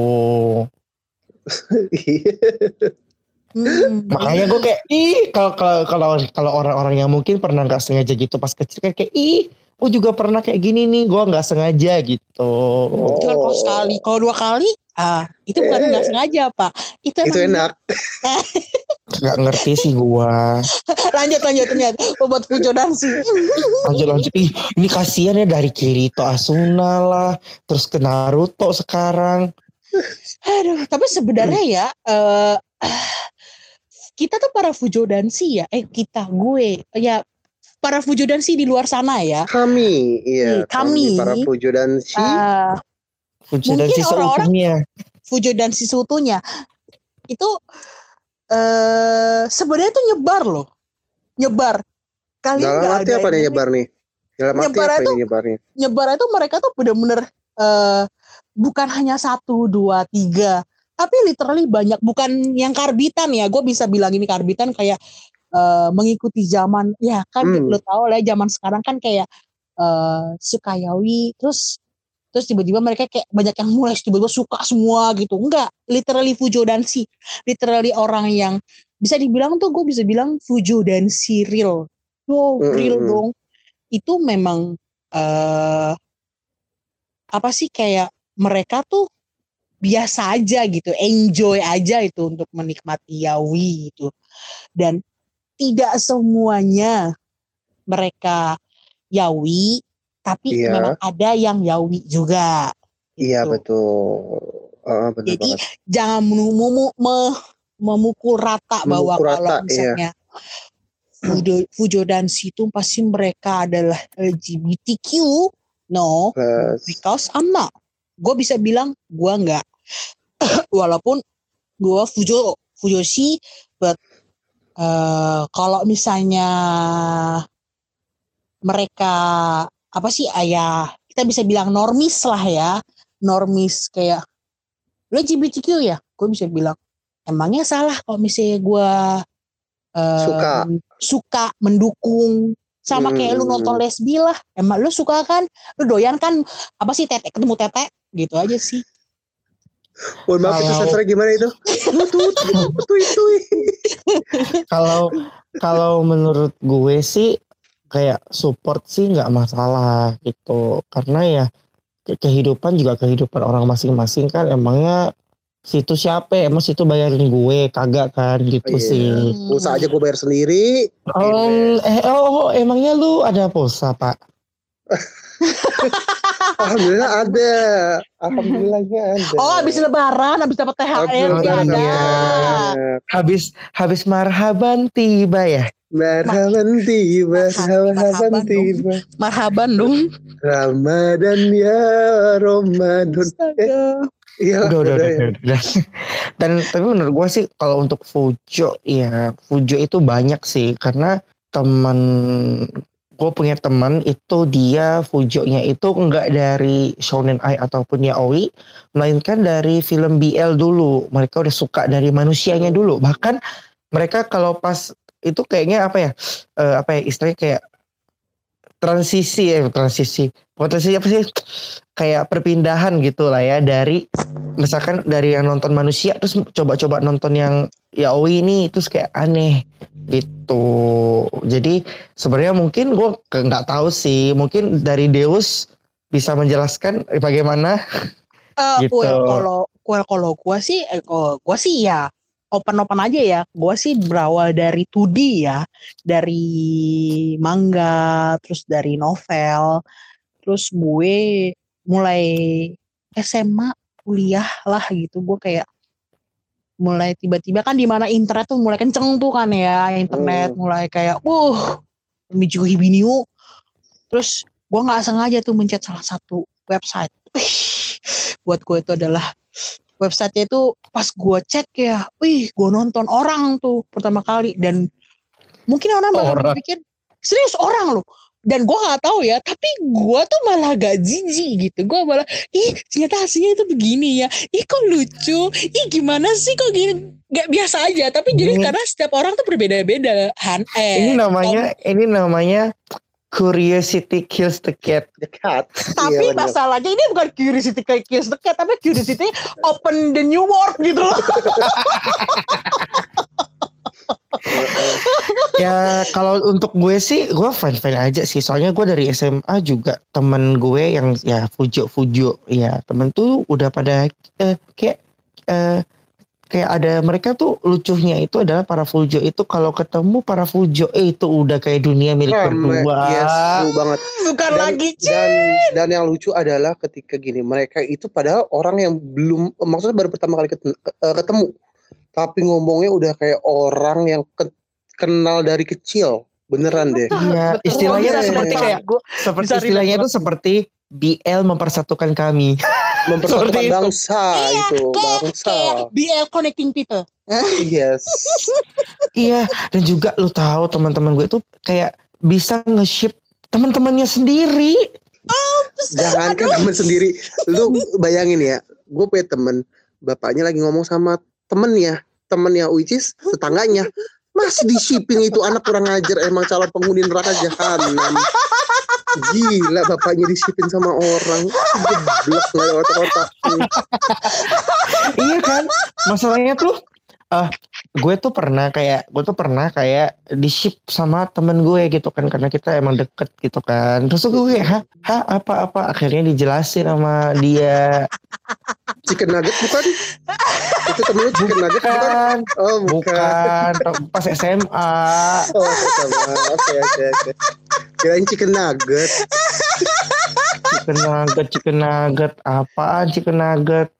Hmm. Makanya gue kayak ih kalau kalau kalau kalau orang-orang yang mungkin pernah nggak sengaja gitu pas kecil kan kayak ih gue juga pernah kayak gini nih, gue nggak sengaja gitu. Itu kan kalau sekali, kalau dua kali, ah itu bukan nggak sengaja pak. Itu, Itu emang enak. Nggak ngerti sih gue. lanjut lanjut lanjut. Obat pujo dansi. Lanjut lanjut ih ini kasihan ya dari Kirito Asuna lah, terus ke Naruto sekarang. Aduh, tapi sebenarnya ya eh kita tuh para fujo dansi ya, eh kita gue ya para fujo dansi di luar sana ya. Kami, iya, Kami, kami, para pujo dansi. eh, Fujo dan mungkin sisa orang-orang utuhnya. fujo dansi seutuhnya itu eh sebenarnya tuh nyebar loh, nyebar. Kalian Dalam nggak arti ada apa nih ini. nyebar nih? Dalam arti Nyebar apa itu- ini nyebarnya? Nyebar itu mereka tuh bener-bener eh bukan hanya satu, dua, tiga, tapi literally banyak. Bukan yang karbitan ya, gue bisa bilang ini karbitan kayak eh, mengikuti zaman. Ya kan Hmm. lo tau lah zaman sekarang kan kayak eh, suka yaoi, terus terus tiba-tiba mereka kayak banyak yang mulai tiba-tiba suka semua gitu. Enggak, literally fujo dansi. Literally orang yang bisa dibilang tuh, gue bisa bilang fujo dansi real. Wow, Mm-mm. real dong. Itu memang eh apa sih, kayak mereka tuh biasa aja gitu, enjoy aja itu untuk menikmati yaoi gitu. Dan tidak semuanya mereka yaoi, tapi Iya. memang ada yang yaoi juga. Iya Gitu. betul. Ah, benar Jadi banget. jangan memu- me- memukul rata bahwa Memukul kalau rata, misalnya fujo, fujo dansi itu pasti mereka adalah L G B T Q. No, Plus. because I'm not. Gue bisa bilang gue enggak. Walaupun gue fujo fujoshi, but uh, kalau misalnya mereka apa sih ayah, kita bisa bilang normis lah ya, normis kayak lo L G B T Q ya, gue bisa bilang emangnya salah kalau misalnya gue uh, Suka. suka mendukung. Sama kayak lu nonton lesbi lah, emang lu suka kan, lu doyan kan apa sih tetek ketemu tetek gitu aja sih. Mohon maaf itu Kalau- sensornya gimana itu? Tutut, tutut, tutut. Kalau kalau menurut gue sih kayak support sih nggak masalah gitu, karena ya ke- kehidupan juga kehidupan orang masing-masing kan. Emangnya situ siapa ya? Emang situ bayarin gue kagak kan gitu Iya. sih. Pulsa aja gue bayar sendiri. Um, eh oh emangnya lu ada pulsa pak? Alhamdulillah ada. Alhamdulillahnya ada. Oh, habis lebaran, habis dapat T H R Habis ya lebaran, ada. iya. Habis habis marhaban tiba ya. Marhaban tiba, Marhaban marhaban dong. tiba. Marhaban dong. Ramadan ya Ramadan. Astaga. Iya, Udah, udah, udah, ya. udah, udah. Dan tapi menurut gue sih kalau untuk Fujo, ya Fujo itu banyak sih, karena teman gue punya teman itu dia Fujonya itu enggak dari Shonen Ai ataupun Yaoi, melainkan dari film B L dulu. Mereka udah suka dari manusianya dulu. Bahkan mereka kalau pas itu kayaknya apa ya, eh, apa ya istilahnya kayak transisi ya transisi transisi apa sih kayak perpindahan gitu lah ya dari misalkan dari yang nonton manusia terus coba-coba nonton yang yaoi ini terus kayak aneh gitu. Jadi sebenarnya mungkin gue nggak tahu sih, mungkin dari Deus bisa menjelaskan bagaimana Uh, gitu. well, kalau well, kalau gue sih, eh, kalau gue sih ya open-open aja ya. Gue sih berawal dari two D ya, dari manga, terus dari novel, terus gue mulai S M A, kuliah lah gitu. Gue kayak mulai tiba-tiba kan di mana internet tuh mulai kenceng tuh kan ya, internet Hmm. mulai kayak, uh, Michigo Hibiniu. Terus gue nggak sengaja tuh mencet salah satu website. Wih, buat gue itu adalah website itu pas gue cek ya, wih, gue nonton orang tuh pertama kali dan mungkin orang bakal Orang. berpikir serius orang loh. Dan gue nggak tahu ya, tapi gue tuh malah gak jijik gitu. Gue malah, ih ternyata hasilnya itu begini ya. Ih kok lucu. Ih gimana sih kok gini. Gak biasa aja. Tapi jadi Ini- karena setiap orang tuh berbeda-beda. Han, eh, Ini namanya ini namanya curiosity kills the cat. Dekat. Tapi Iya, benar. masalahnya ini bukan curiosity kayak Kiss the Cat, tapi curiosity open the new world gitu loh. Ya kalau untuk gue sih gue fine fine aja sih, soalnya gue dari S M A juga temen gue yang ya fujo fujo ya temen tuh udah pada eh, kayak eh, kayak ada mereka tuh lucunya itu adalah para fujo itu kalau ketemu para fujo eh, itu udah kayak dunia milik Rame. berdua. Yes, true banget. Bukan Dan, lagi Ci. dan dan yang lucu adalah ketika gini, mereka itu padahal orang yang belum, maksudnya baru pertama kali ket- eh, ketemu, tapi ngomongnya udah kayak orang yang ke- kenal dari kecil, beneran deh. Iya, Betul. istilahnya Bisa seperti relate. kayak Gua- seperti bisa istilahnya relate. itu seperti B L mempersatukan kami. Mempersatukan Seperti itu. bangsa Iya, itu, kayak, bangsa. kayak B L connecting people. Yes. Iya, dan juga lu tahu teman-teman gue tuh kayak bisa nge-ship teman-temannya sendiri. Jangan kan temen sendiri. Lu bayangin ya, gue punya temen, bapaknya lagi ngomong sama temennya, temennya which is tetangganya. Masih di shipping itu anak kurang ajar, emang calon penghuni neraka jahanam. Gila bapaknya di shipping sama orang. Geblek gak ada otak-otak. Iya kan? Masalahnya tuh ah gue tuh pernah kayak gue tuh pernah kayak di ship sama temen gue gitu kan karena kita emang deket gitu kan. Terus gue kayak hah, hah apa-apa akhirnya dijelasin sama dia. Chicken nugget bukan? Itu temennya chicken nugget bukan? Bukan, Oh bukan. bukan pas S M A. Oh sama. Oke oke oke. Kirain chicken nugget. Chicken nugget, chicken nugget, apaan chicken nugget?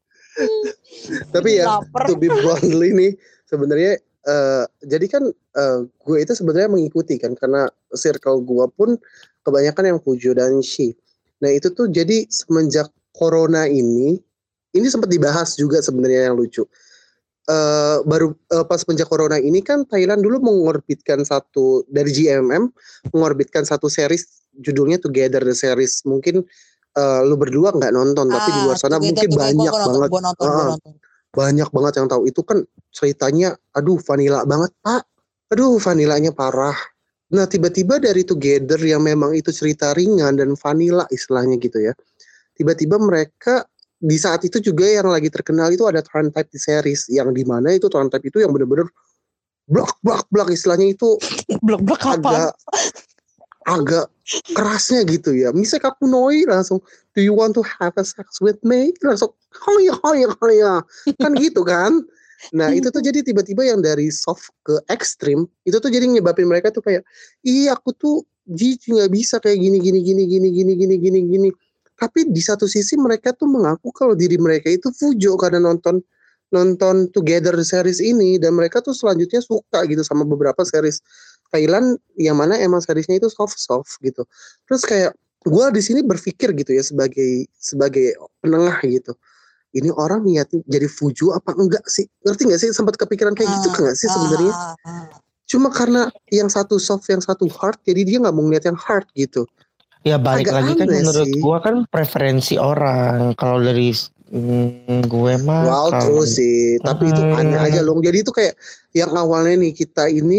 Tapi ya, Laper. to be bluntly nih, sebenarnya eh, jadi kan eh, gue itu sebenarnya mengikuti kan karena circle gue pun kebanyakan yang Fujo dan Shi. Nah itu tuh jadi semenjak corona ini, ini sempat dibahas juga sebenarnya yang lucu. Eh, baru eh, pas semenjak corona ini kan Thailand dulu mengorbitkan satu dari G M M mengorbitkan satu series judulnya Together the Series. Mungkin eh, lu berdua nggak nonton tapi di luar sana mungkin banyak banget. Gue nonton, gue Ah. nonton. Banyak banget yang tahu itu kan ceritanya aduh vanilla banget pak, aduh vanilanya parah. Nah tiba-tiba dari Together yang memang itu cerita ringan dan vanilla istilahnya gitu ya, tiba-tiba mereka di saat itu juga yang lagi terkenal itu ada Turn Type di series yang dimana itu Turn Type itu yang bener-bener blak blak blak istilahnya itu Blok-blok apa? agak agak kerasnya gitu ya. Misalnya aku noi langsung do you want to have a sex with me langsung hoya hoya hoya kan gitu kan. Nah itu tuh jadi tiba-tiba yang dari soft ke ekstrim itu tuh jadi nyebabin mereka tuh kayak iya aku tuh jijik nggak bisa kayak gini gini gini gini gini gini gini gini. Tapi di satu sisi mereka tuh mengaku kalau diri mereka itu fujo karena nonton nonton Together series ini dan mereka tuh selanjutnya suka gitu sama beberapa series Thailand yang mana emang seriesnya itu soft soft gitu. Terus kayak gue di sini berpikir gitu ya sebagai sebagai penengah gitu. Ini orang niatnya jadi fujo apa enggak sih? Ngerti nggak sih? Sempat kepikiran kayak gitu nggak sih sebenarnya? Ah, ah, ah. Cuma karena yang satu soft yang satu hard jadi dia nggak mau ngeliat yang hard gitu. Ya balik Agak lagi kan aneh menurut sih. gua kan preferensi orang. Kalau dari mm, gue mah Wow kalau true sih. Tapi itu Hmm. aneh aja loh. Jadi itu kayak yang awalnya nih kita ini nih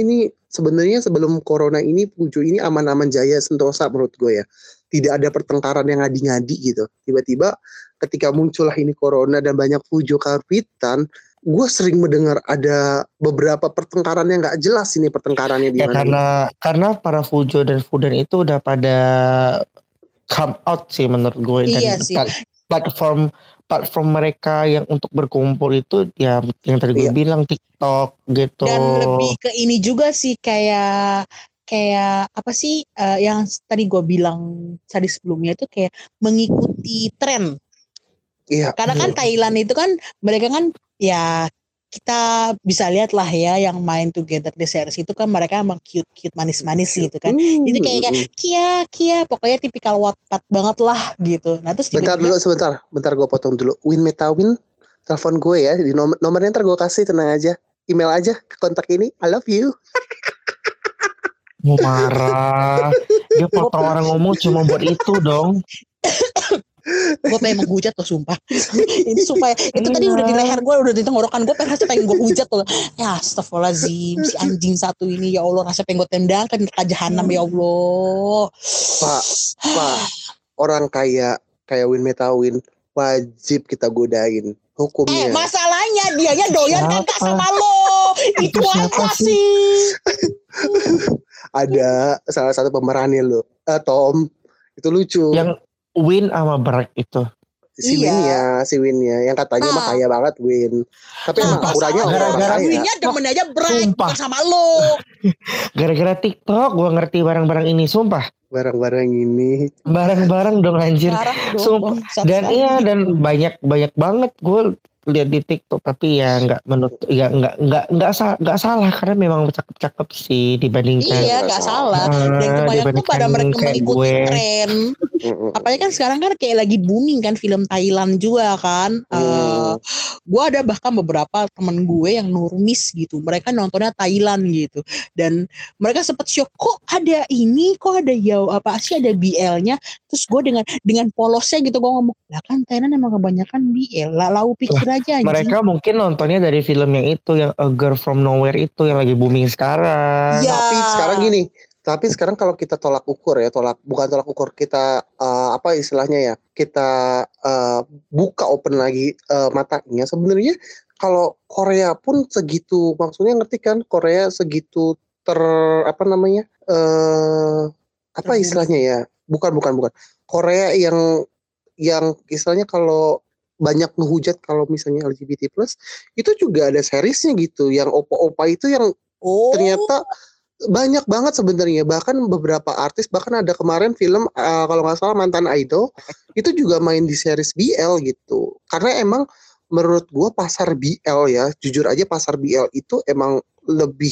sebenarnya sebelum corona ini Pujo ini aman-aman jaya sentosa menurut gue ya. Tidak ada pertengkaran yang ngadi-ngadi gitu. Tiba-tiba ketika muncullah ini corona dan banyak Pujo karbitan, gue sering mendengar ada beberapa pertengkaran yang nggak jelas ini pertengkarannya di Ya mana. karena karena para Fujo dan Fudan itu udah pada come out sih menurut gue. Dan Iya sih. plat- platform platform mereka yang untuk berkumpul itu ya yang tadi gue Iya. bilang TikTok gitu. Dan lebih ke ini juga sih kayak kayak apa sih eh, yang tadi gue bilang tadi sebelumnya itu kayak mengikuti tren. Iya. Karena kan Thailand itu kan mereka kan ya kita bisa lihat lah ya yang main together di series itu kan mereka emang cute-cute manis-manis gitu kan. Hmm, Jadi kayak, kayak kia kia pokoknya tipikal Wattpad banget lah gitu. Nah terus bentar tiba-tiba dulu sebentar, bentar gue potong dulu. Win Metawin telepon gue ya di nomor nomornya ntar gue kasih, tenang aja. Email aja ke kontak ini. I love you. Mau marah. Dia potong orang ngomong cuma buat itu dong. gue pengen menghujat loh sumpah. Ini supaya itu Iya. tadi udah di leher gue, udah di tenggorokan gue, pengen rasa pengen gue hujat loh. Ya astagfirullahaladzim, si anjing satu ini ya Allah, rasa pengen gue tendangkan ke jahanam ya Allah. Pak, Pak, orang kaya kayak Win Metawin wajib kita godain. Hukumnya. Eh masalahnya dianya doyan Siapa? kagak sama lo. Itu siapa aja sih? sih. Ada salah satu pemerannya lo, eh, Tom. Itu lucu. Yang Win sama Brad itu. Si Iya. Winnya, si Winnya yang katanya Nah. mah kaya banget Win. Tapi Nah, emang auranya orang gara-gara kaya. Winnya demen aja break Sumpah. bukan sama lo. Gara-gara TikTok gue ngerti barang-barang ini, sumpah. Barang-barang ini. Barang-barang dong anjir. Parah dong. Sumpah. bangsat Dan sekali. iya dan banyak banyak banget gue lihat di TikTok, tapi ya nggak menurut ya nggak nggak nggak sa- nggak salah karena memang cakep-cakep sih dibandingkan. Iya Nggak gak salah. salah. Dan Ah, kebanyakan tuh pada dibandingkan mereka kayak mengikuti gue. tren. Mm-mm. Apalagi kan sekarang kan kayak lagi booming kan film Thailand juga kan. Eh Hmm. gue ada bahkan beberapa temen gue yang nurmis gitu. Mereka nontonnya Thailand gitu. Dan mereka sempet shock, kok ada ini, kok ada ya apa sih ada B L-nya. Terus gue dengan dengan polosnya gitu gue ngomong, lah kan Thailand emang kebanyakan B L. Lah lau pikir aja anjing. Mereka mungkin nontonnya dari film yang itu yang A Girl From Nowhere itu yang lagi booming sekarang. Ya. Tapi sekarang gini, tapi sekarang kalau kita tolak ukur ya, tolak bukan tolak ukur, kita uh, apa istilahnya ya, kita uh, buka open lagi uh, matanya. Sebenarnya kalau Korea pun segitu, maksudnya ngerti kan, Korea segitu ter apa namanya, uh, apa Terburu. istilahnya ya, bukan bukan bukan Korea yang yang istilahnya kalau banyak ngehujat kalau misalnya L G B T plus itu juga ada seriesnya gitu, yang opa-opa itu yang Oh. ternyata banyak banget sebenarnya, bahkan beberapa artis, bahkan ada kemarin film uh, kalau nggak salah Mantan Idol itu juga main di series B L gitu, karena emang menurut gue pasar B L ya, jujur aja pasar B L itu emang lebih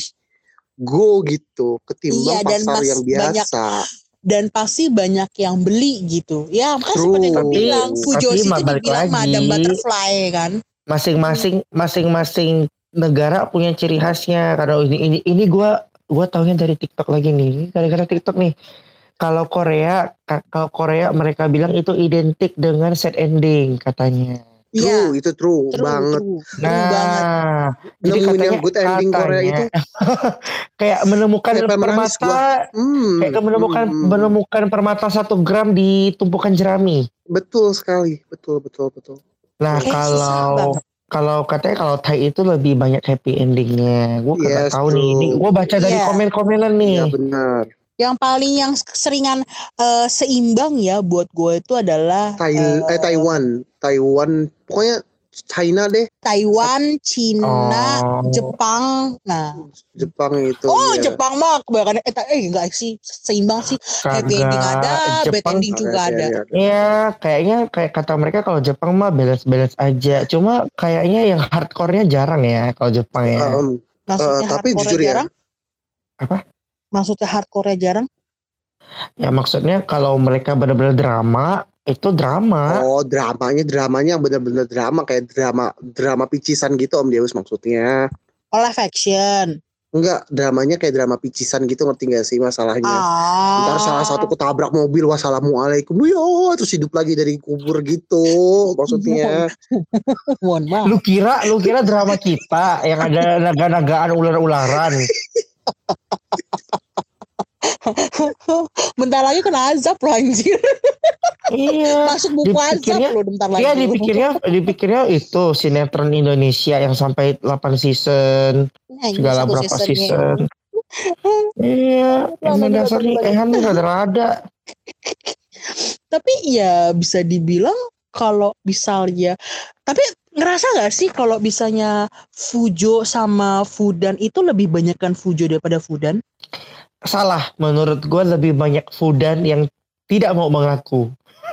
go gitu ketimbang Iya, dan pasar mas- yang biasa. Dan pasti banyak yang beli gitu. Ya kan True. seperti yang Tapi- bilang, Fujoshi tapi itu balik dibilang lagi. Madam Butterfly kan. Masing-masing masing-masing negara punya ciri khasnya. Karena ini ini ini gue gue taunya dari TikTok lagi nih. Gara-gara TikTok nih. Kalau Korea ka- kalau Korea mereka bilang itu identik dengan sad ending katanya. True, Iya, itu true, true, banget. true, true banget. Nah, jadi Nemuin katanya yang good ending Korea itu. kayak menemukan Kayak pengen menangis permata, Hmm, kayak menemukan hmm, menemukan permata satu gram di tumpukan jerami. betul sekali, betul betul betul. Nah, Kayak susah kalau banget. kalau katanya kalau Thai itu lebih banyak happy endingnya. Gue kagak Yes, tahu nih. true. Ini gue baca dari Iya. komen-komenan nih. Iya benar. Yang paling yang seringan eh, seimbang ya buat gue itu adalah Thai, eh, eh, Taiwan, Taiwan, pokoknya China deh, Taiwan, Cina, Oh. Jepang. Nah, Jepang itu. oh ya. Jepang mah kebanyakan eh, ta- eh enggak sih seimbang sih. Happy ending ada, bad Jepang. ending juga Ada, ada. ada, ada. Iya, kayaknya kayak kata mereka kalau Jepang mah balance-balance aja. Cuma kayaknya yang hardcore-nya jarang ya kalau Jepang ya. Um, Maksudnya Eh, tapi hardcore jujur ya. jarang? Apa? Maksudnya hardcore jarang? Ya maksudnya kalau mereka benar-benar drama, itu drama. oh dramanya, dramanya bener-bener drama, kayak drama drama picisan gitu Om Deus maksudnya. Oh, live action. Enggak, dramanya kayak drama picisan gitu, ngerti gak sih masalahnya? Ah. Ntar salah satu ketabrak mobil, wassalamualaikum, yo, terus hidup lagi dari kubur gitu, maksudnya. Mohon maaf. Lu kira lu kira drama kita yang ada naga-nagaan ular-ularan. Bentar lagi kena azab loh anjir. Iya. Masuk buku azab loh bentar lagi. Iya dipikirnya dipikirnya itu sinetron Indonesia yang sampai delapan season, Nah, segala berapa seasonnya. season. Iya, emang dasarnya Ehan nih rada-rada. Tapi ya bisa dibilang kalau misalnya, tapi ngerasa gak sih kalau misalnya Fujo sama Fudan itu lebih banyak kan Fujo daripada Fudan? Salah, menurut gue lebih banyak Fudan yang tidak mau mengaku.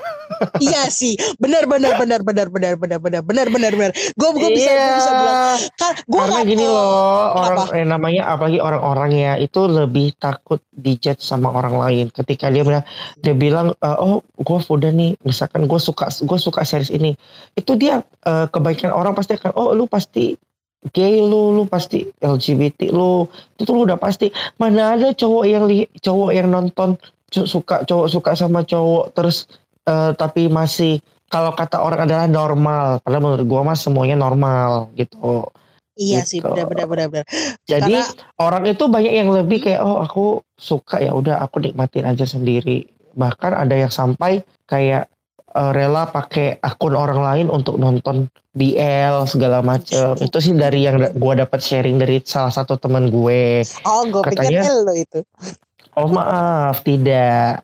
Iya sih, benar benar benar benar benar benar benar benar benar benar. Gue gue bisa Iya. gue bisa bilang kan gue Karena gak, gini uh, loh, orang apa? eh, namanya apalagi orang-orang ya itu lebih takut dijudge sama orang lain. Ketika dia bilang dia bilang uh, oh gue Fudan nih, misalkan gue suka gue suka series ini, itu dia uh, kebaikan orang pasti akan oh lu pasti gay lu, lu pasti L G B T lu, itu lu udah pasti. Mana ada cowok yang li, cowok yang nonton cu- suka cowok suka sama cowok terus uh, tapi masih kalau kata orang adalah normal. Padahal menurut gua mah semuanya normal gitu. Iya Gitu. sih benar benar benar benar. Jadi Karena, orang itu banyak yang lebih kayak oh aku suka ya udah aku nikmatin aja sendiri. Bahkan ada yang sampai kayak uh, rela pakai akun orang lain untuk nonton B L segala macam. Itu sih dari yang gue dapat sharing dari salah satu teman gue. oh gue pikir Katanya, lo itu. oh maaf tidak.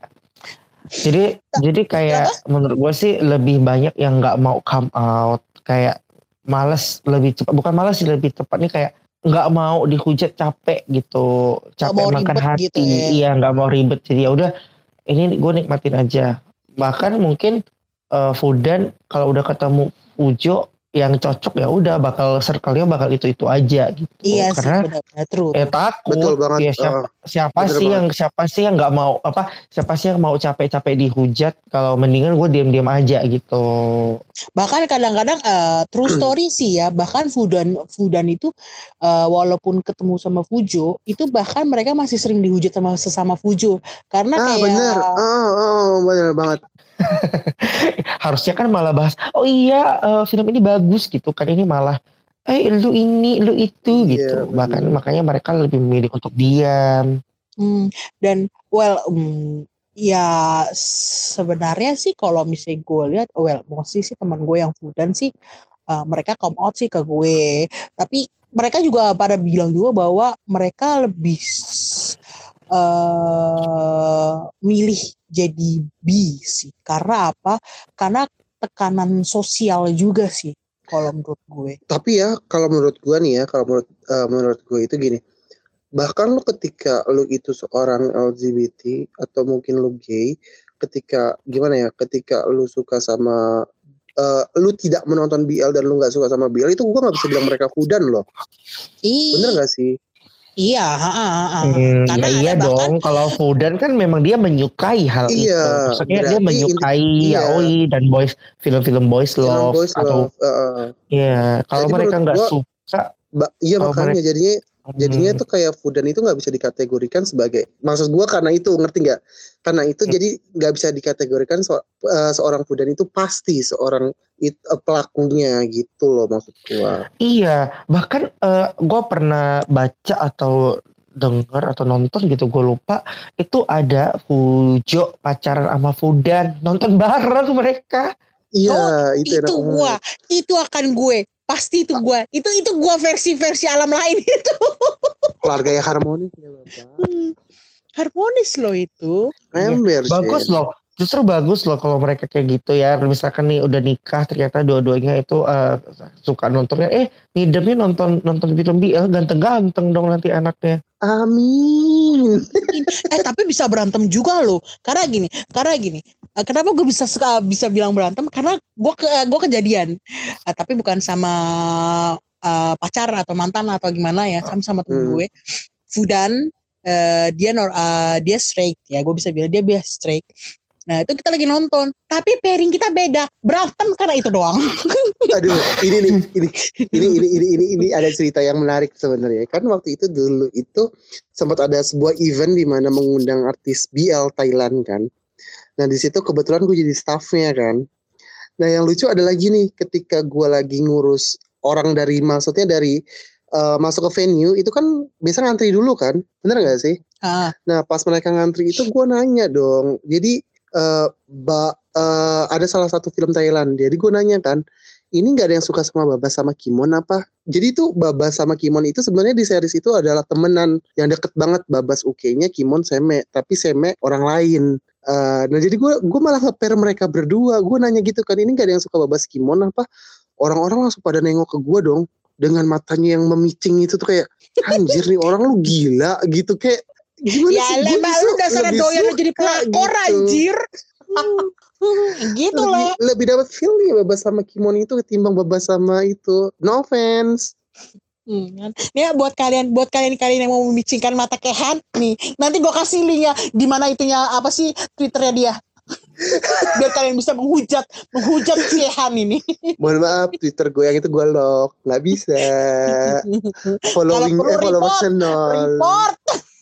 Jadi jadi kayak Kenapa? menurut gue sih lebih banyak yang nggak mau come out, kayak males lebih cepat, bukan males sih lebih tepatnya kayak nggak mau dihujat, capek gitu, Gak capek mau makan ribet hati, gitu ya. iya nggak mau ribet, jadi ya udah ini gue nikmatin aja. Bahkan mungkin uh, Fudan kalau udah ketemu Ujo yang cocok ya udah bakal circle-nya bakal itu-itu aja gitu. Iya sih Karena benar-benar true. eh takut Betul banget. ya siapa uh, siapa bener sih banget. yang siapa sih yang nggak mau apa siapa sih yang mau capek-capek dihujat kalau mendingan gue diam-diam aja gitu. Bahkan kadang-kadang uh, true story sih ya, bahkan Fudan Fudan itu uh, walaupun ketemu sama Fujo itu bahkan mereka masih sering dihujat sama sesama Fujo karena Ah kayak bener, oh, oh bener banget. Harusnya kan malah bahas oh iya uh, film ini bagus gitu kan, ini malah eh lu ini lu itu Iya, gitu. bener. Bahkan makanya mereka lebih memilih untuk diam. hmm, dan well um, ya sebenarnya sih kalau misalnya gue lihat well mostly sih teman gue yang Fudan sih uh, mereka come out sih ke gue, tapi mereka juga pada bilang juga bahwa mereka lebih uh, milih jadi B sih. Karena apa? Karena tekanan sosial juga sih kalau menurut gue. Tapi ya kalau menurut gue nih ya, kalau menurut uh, menurut gue itu gini. Bahkan lu ketika lu itu seorang L G B T atau mungkin lu gay, ketika gimana ya? Ketika lu suka sama uh, lu tidak menonton B L dan lu nggak suka sama B L, itu gue nggak bisa bilang mereka Fudan loh. I, Bener nggak sih? Iya, ha, ha, ha. Hmm, Karena ya iya ada bahkan, dong. Kalau Fudan kan memang dia menyukai hal Iya, itu. Maksudnya dia berarti menyukai inti- iya. yaoi dan boys film-film boys Film love boys atau love. Uh, ya kalau jadi mereka menurut nggak gua, suka, ba- iya kalau makanya mereka jadinya jadinya hmm, tuh kayak Fudan itu nggak bisa dikategorikan sebagai, maksud gua karena itu, ngerti nggak? Karena itu Hmm. jadi nggak bisa dikategorikan so, uh, seorang Fudan itu pasti seorang it, uh, pelakunya gitu loh maksud gua. iya. Bahkan uh, gue pernah baca atau dengar atau nonton gitu, gue lupa. Itu ada Fujo pacaran sama Fudan, nonton bareng mereka. Iya, oh itu itu enak gua, banget. itu akan gue, pasti itu gua, itu itu gua versi-versi alam lain itu. Keluarga yang harmonis ya Bapak. Hmm, harmonis loh itu. Iya. Ember, Bagus Jen. loh. Justru bagus loh kalau mereka kayak gitu ya. Misalkan nih udah nikah ternyata dua-duanya itu uh, suka nontonnya. Eh, ngidamnya nonton nonton film B L, ganteng-ganteng dong nanti anaknya. Amin. Eh tapi bisa berantem juga loh. Karena gini, karena gini. eh, Kenapa gue bisa suka bisa bilang berantem? Karena gue ke gue kejadian. Eh, tapi bukan sama eh, pacar atau mantan atau gimana ya, sama sama temen Hmm. gue. Fudan eh, dia nor, eh, dia straight ya, gue bisa bilang dia biasa straight. Nah itu kita lagi nonton, tapi pairing kita beda, berantem karena itu doang. Aduh, ini nih, ini, ini, ini, ini, ini, ini ada cerita yang menarik sebenarnya. Kan waktu itu dulu itu sempat ada sebuah event di mana mengundang artis B L Thailand kan. Nah di situ kebetulan gue jadi staffnya kan. Nah yang lucu ada lagi nih, ketika gue lagi ngurus orang dari, maksudnya dari uh, masuk ke venue itu kan biasa ngantri dulu kan, bener nggak sih? Ah. Nah pas mereka ngantri itu gue nanya dong, jadi uh, ba, uh, ada salah satu film Thailand, jadi gue nanya kan, ini nggak ada yang suka sama Babas sama Kimon apa? Jadi tuh Babas sama Kimon itu sebenarnya di series itu adalah temenan yang deket banget. Babas U K-nya, Kimon Seme, tapi Seme orang lain. Uh, nah jadi gue gue malah nge-pair mereka berdua. Gue nanya gitu kan, ini nggak ada yang suka Babas Kimon apa? Orang-orang langsung pada nengok ke gue dong dengan matanya yang memicing itu tuh kayak anjir nih orang lu gila gitu kayak gimana ya sih? Ya lah lu dasarnya doyan lu jadi pelakor gitu. Anjir. Gitu lebih, loh. Lebih dapat feel nih Babas sama Kimon itu ketimbang Babas sama itu. No offense. Hmm. Nih buat kalian, buat kalian-kalian yang mau memicingkan mata Kehan nih, nanti gue kasih linknya di mana itunya apa sih Twitternya dia. Biar kalian bisa menghujat, menghujat Kehan ini. Mohon maaf, Twitter gue yang itu gue lock, nggak bisa. Following, eh followers nol. Report.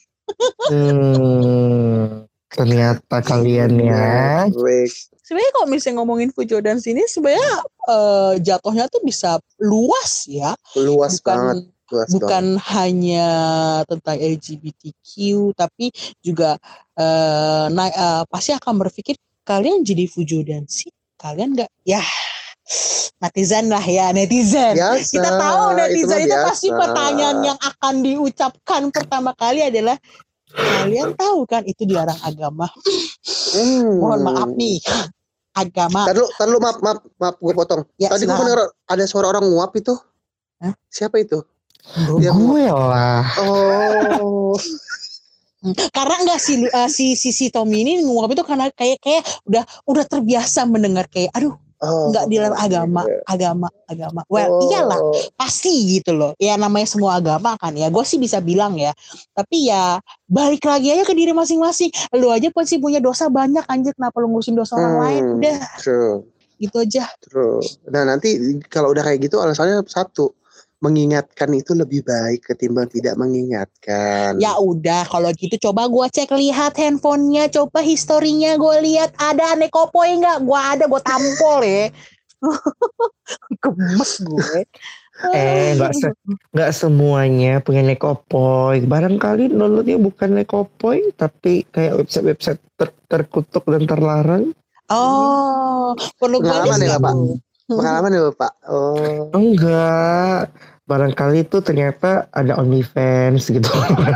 Hmm, ternyata kalian ya. Sebenarnya kalau misalnya ngomongin Fujo dan sini sebenarnya uh, jatuhnya tuh bisa luas ya. Luas bukan, banget. Luas bukan banget. hanya tentang L G B T Q tapi juga uh, na- uh, pasti akan berpikir kalian jadi Fujo dan sini kalian nggak ya netizen lah ya netizen. Biasa, kita tahu netizen itu, itu biasa. pasti pertanyaan yang akan diucapkan pertama kali adalah kalian tahu kan itu dilarang agama. Hmm. Mohon maaf nih agama. Tadi lu, tadi lu maaf, maaf, maaf gue potong. Ya, tadi gue dengar ada suara orang nguap itu. Hah? Siapa itu? Oh, gue lah. Oh. Karena enggak si uh, si si si Tommy ini nguap itu karena kayak kayak udah udah terbiasa mendengar kayak aduh oh, enggak dilarang agama, iya. agama, agama. Well, oh. iyalah, pasti gitu loh. Ya namanya semua agama kan ya. Gue sih bisa bilang ya. Tapi ya balik lagi aja ke diri masing-masing. Lu aja pasti punya dosa banyak anjir, kenapa lu ngurusin dosa hmm, orang lain? Udah. True. Gitu aja. True. Nah, nanti kalau udah kayak gitu alasannya satu, mengingatkan itu lebih baik ketimbang tidak mengingatkan. Ya udah kalau gitu coba gue cek lihat handphonenya, coba historinya gue lihat ada Nekopoy nggak? Gue ada, gue tampol ya. Gemes gue. Eh nggak se nggak semuanya punya Nekopoy. Barangkali downloadnya bukan Nekopoy tapi kayak website-website ter terkutuk dan terlarang. Oh, perlu pengalaman ya Pak. Pengalaman ya Pak. Oh. Enggak. Barangkali itu ternyata ada OnlyFans gitu.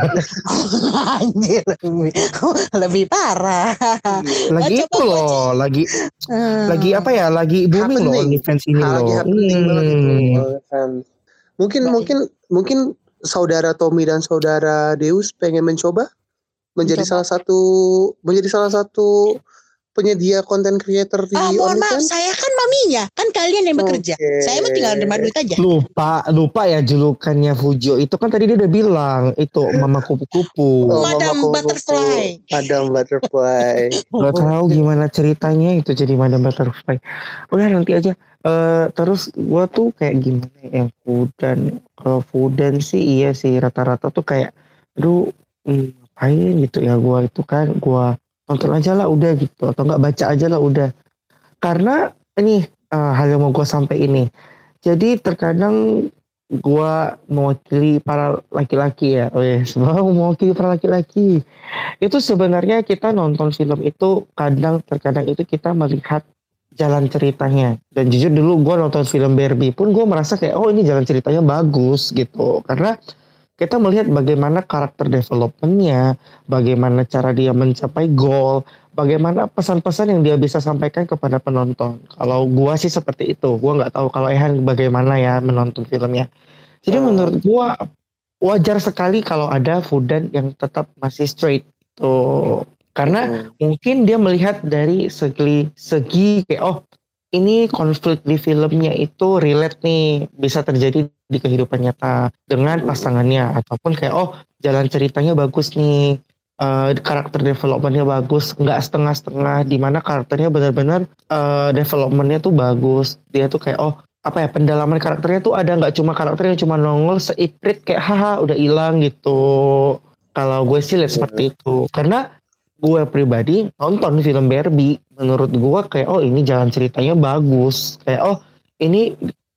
Anjir, lebih, lebih parah. Lagi itu loh, lagi hmm. lagi apa ya? Lagi booming loh OnlyFans ini loh. Lagi happening hmm. banget itu OnlyFans. Mungkin Baik. mungkin mungkin saudara Tommy dan saudara Deus pengen mencoba menjadi mencoba. salah satu menjadi salah satu penyedia konten creator di ah, mohon maaf, saya kan maminya, kan kalian yang bekerja. Okay. Saya mah tinggal nerima duit aja. Lupa, lupa ya julukannya Fujo. Itu kan tadi dia udah bilang, itu Mama Kupu-Kupu. Oh, Madam Mama Butterfly. Madam Butterfly. Gak tahu gimana ceritanya itu jadi Madam Butterfly. Udah nanti aja. Uh, terus gue tuh kayak gimana yang Fudan. Kalau Fudan sih iya sih rata-rata tuh kayak, aduh, hmm, ngapain gitu ya gue itu kan gue nonton aja lah udah gitu atau enggak baca aja lah udah karena ini uh, hal yang mau gue sampai ini jadi terkadang gue mewakili para laki-laki ya oh ya sebab mewakili para laki-laki itu sebenarnya kita nonton film itu kadang terkadang itu kita melihat jalan ceritanya dan jujur dulu gue nonton film Barbie pun gue merasa kayak oh ini jalan ceritanya bagus gitu karena kita melihat bagaimana karakter developmentnya, bagaimana cara dia mencapai goal, bagaimana pesan-pesan yang dia bisa sampaikan kepada penonton. Kalau gua sih seperti itu, gua nggak tahu kalau Ehan bagaimana ya menonton filmnya. Jadi hmm. menurut gua wajar sekali kalau ada Fudan yang tetap masih straight tuh, karena hmm. mungkin dia melihat dari segi segi kayak oh ini konflik di filmnya itu relate nih bisa terjadi di kehidupan nyata dengan pasangannya ataupun kayak oh jalan ceritanya bagus nih uh, karakter developmentnya bagus nggak setengah-setengah di mana karakternya benar-benar uh, developmentnya tuh bagus dia tuh kayak oh apa ya pendalaman karakternya tuh ada nggak cuma karakternya cuma nongol seiprit kayak haha udah hilang gitu kalau gue sih lihat seperti itu karena gue pribadi nonton film Barbie menurut gue kayak oh ini jalan ceritanya bagus kayak oh ini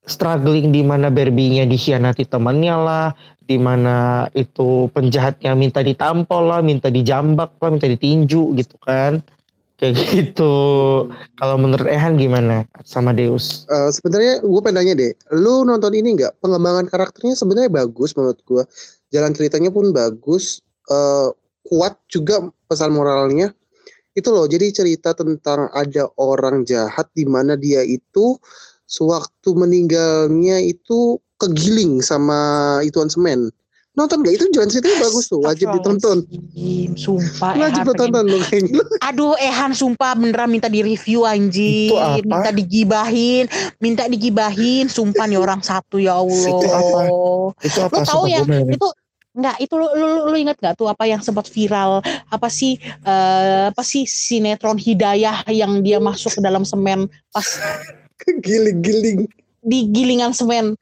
struggling di mana Barbie-nya dikhianati temannya lah, di mana itu penjahatnya minta ditampol lah, minta dijambak lah, minta ditinju gitu kan. Kayak gitu. Kalau menurut Ehan gimana sama Deus? Uh, sebenarnya gue pengen nanya deh, lu nonton ini nggak? Pengembangan karakternya sebenarnya bagus menurut gue. Jalan ceritanya pun bagus, uh, kuat juga pesan moralnya. Itu loh, jadi cerita tentang ada orang jahat di mana dia itu sewaktu meninggalnya itu kegiling sama ituan semen. Nonton gak? Itu jalan ceritanya bagus tuh, wajib ditonton. Sumpah wajib Ehan ditonton lo kayaknya. Aduh Ehan sumpah beneran minta di review anjir. Minta digibahin, minta digibahin, sumpah nih orang satu ya Allah. Itu apa? Itu apa? Lo tahu yang itu enggak itu lu, lu, lu ingat gak tuh apa yang sempat viral apa sih uh, apa sih sinetron Hidayah yang dia masuk ke dalam semen pas giling-giling di gilingan semen.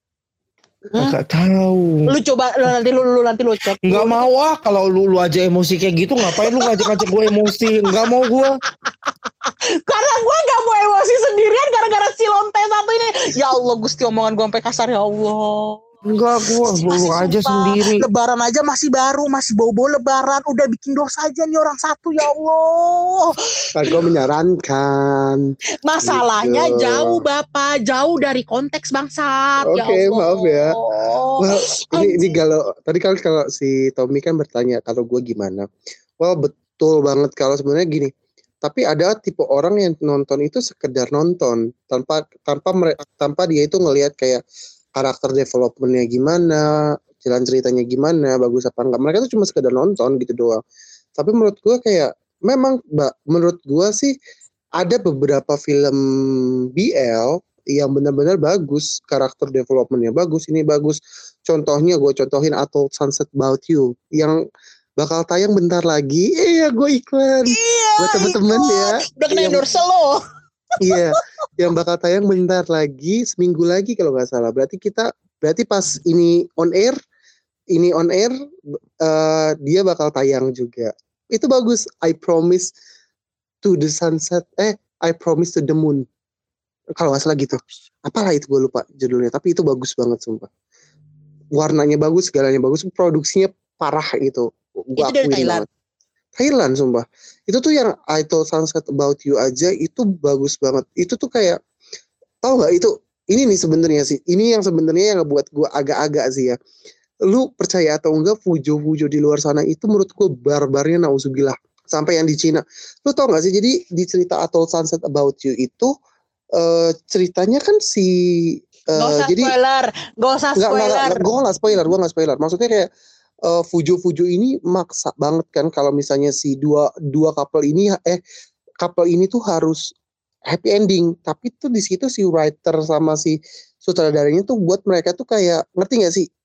Enggak hmm? tahu. Lu coba lu nanti lu, lu nanti lu cek. Enggak mau ah kalau lu lu aja emosi kayak gitu ngapain lu ngajak-ngajak gue emosi? Enggak mau gue. Karena gue enggak mau emosi sendirian gara-gara si lonte satu ini. Ya Allah Gusti omongan gue sampai kasar ya Allah. Enggak gue lu aja sendiri. Lebaran aja masih baru, masih bau-bau lebaran, udah bikin dosa aja nih orang satu ya Allah. Aku menyarankan. Masalahnya gitu. Jauh Bapak, jauh dari konteks bangsat. Oke, okay, ya maaf ya. Well, ini ini kalau tadi kan kalau si Tommy kan bertanya kalau gue gimana. Well, betul banget kalau sebenarnya gini. Tapi ada tipe orang yang nonton itu sekedar nonton tanpa tanpa tanpa dia itu ngelihat kayak karakter developmentnya gimana, jalan ceritanya gimana, bagus apa enggak. Mereka tuh cuma sekedar nonton gitu doang. Tapi menurut gue kayak, memang mbak, menurut gue sih ada beberapa film B L yang benar-benar bagus, karakter developmentnya bagus, ini bagus. Contohnya gue contohin Atau Sunset About You, yang bakal tayang bentar lagi. Iya, gue iklan. Iya, buat temen-temen ya. Udah kena endorse lo. Iya, yang bakal tayang bentar lagi, seminggu lagi kalau nggak salah. Berarti kita, berarti pas ini on air, ini on air, uh, dia bakal tayang juga. Itu bagus. I Promise to the Sunset, eh, I Promise to the Moon. Kalau nggak salah gitu. Apalah itu gue lupa judulnya. Tapi itu bagus banget sumpah. Warnanya bagus, segalanya bagus, produksinya parah itu. Gua itu dari Thailand. Banget. Thailand sumpah. Itu tuh yang I Told Sunset About You aja itu bagus banget. Itu tuh kayak, tau gak itu, ini nih sebenarnya sih, ini yang sebenarnya yang ngebuat gue agak-agak sih ya. Lu percaya atau enggak, fujo-fujo di luar sana itu menurut gue barbarnya nauzubillah. Sampai yang di Cina. Lu tau gak sih, jadi di cerita I Told Sunset About You itu, uh, ceritanya kan si... Uh, gak usah jadi, spoiler, gak usah spoiler. Gue gak spoiler, gue gak spoiler. Maksudnya kayak, Uh, Fujo-Fujo ini maksa banget kan kalau misalnya si dua dua couple ini eh couple ini tuh harus happy ending, tapi tuh di situ si writer sama si sutradaranya tuh buat mereka tuh kayak, ngerti nggak sih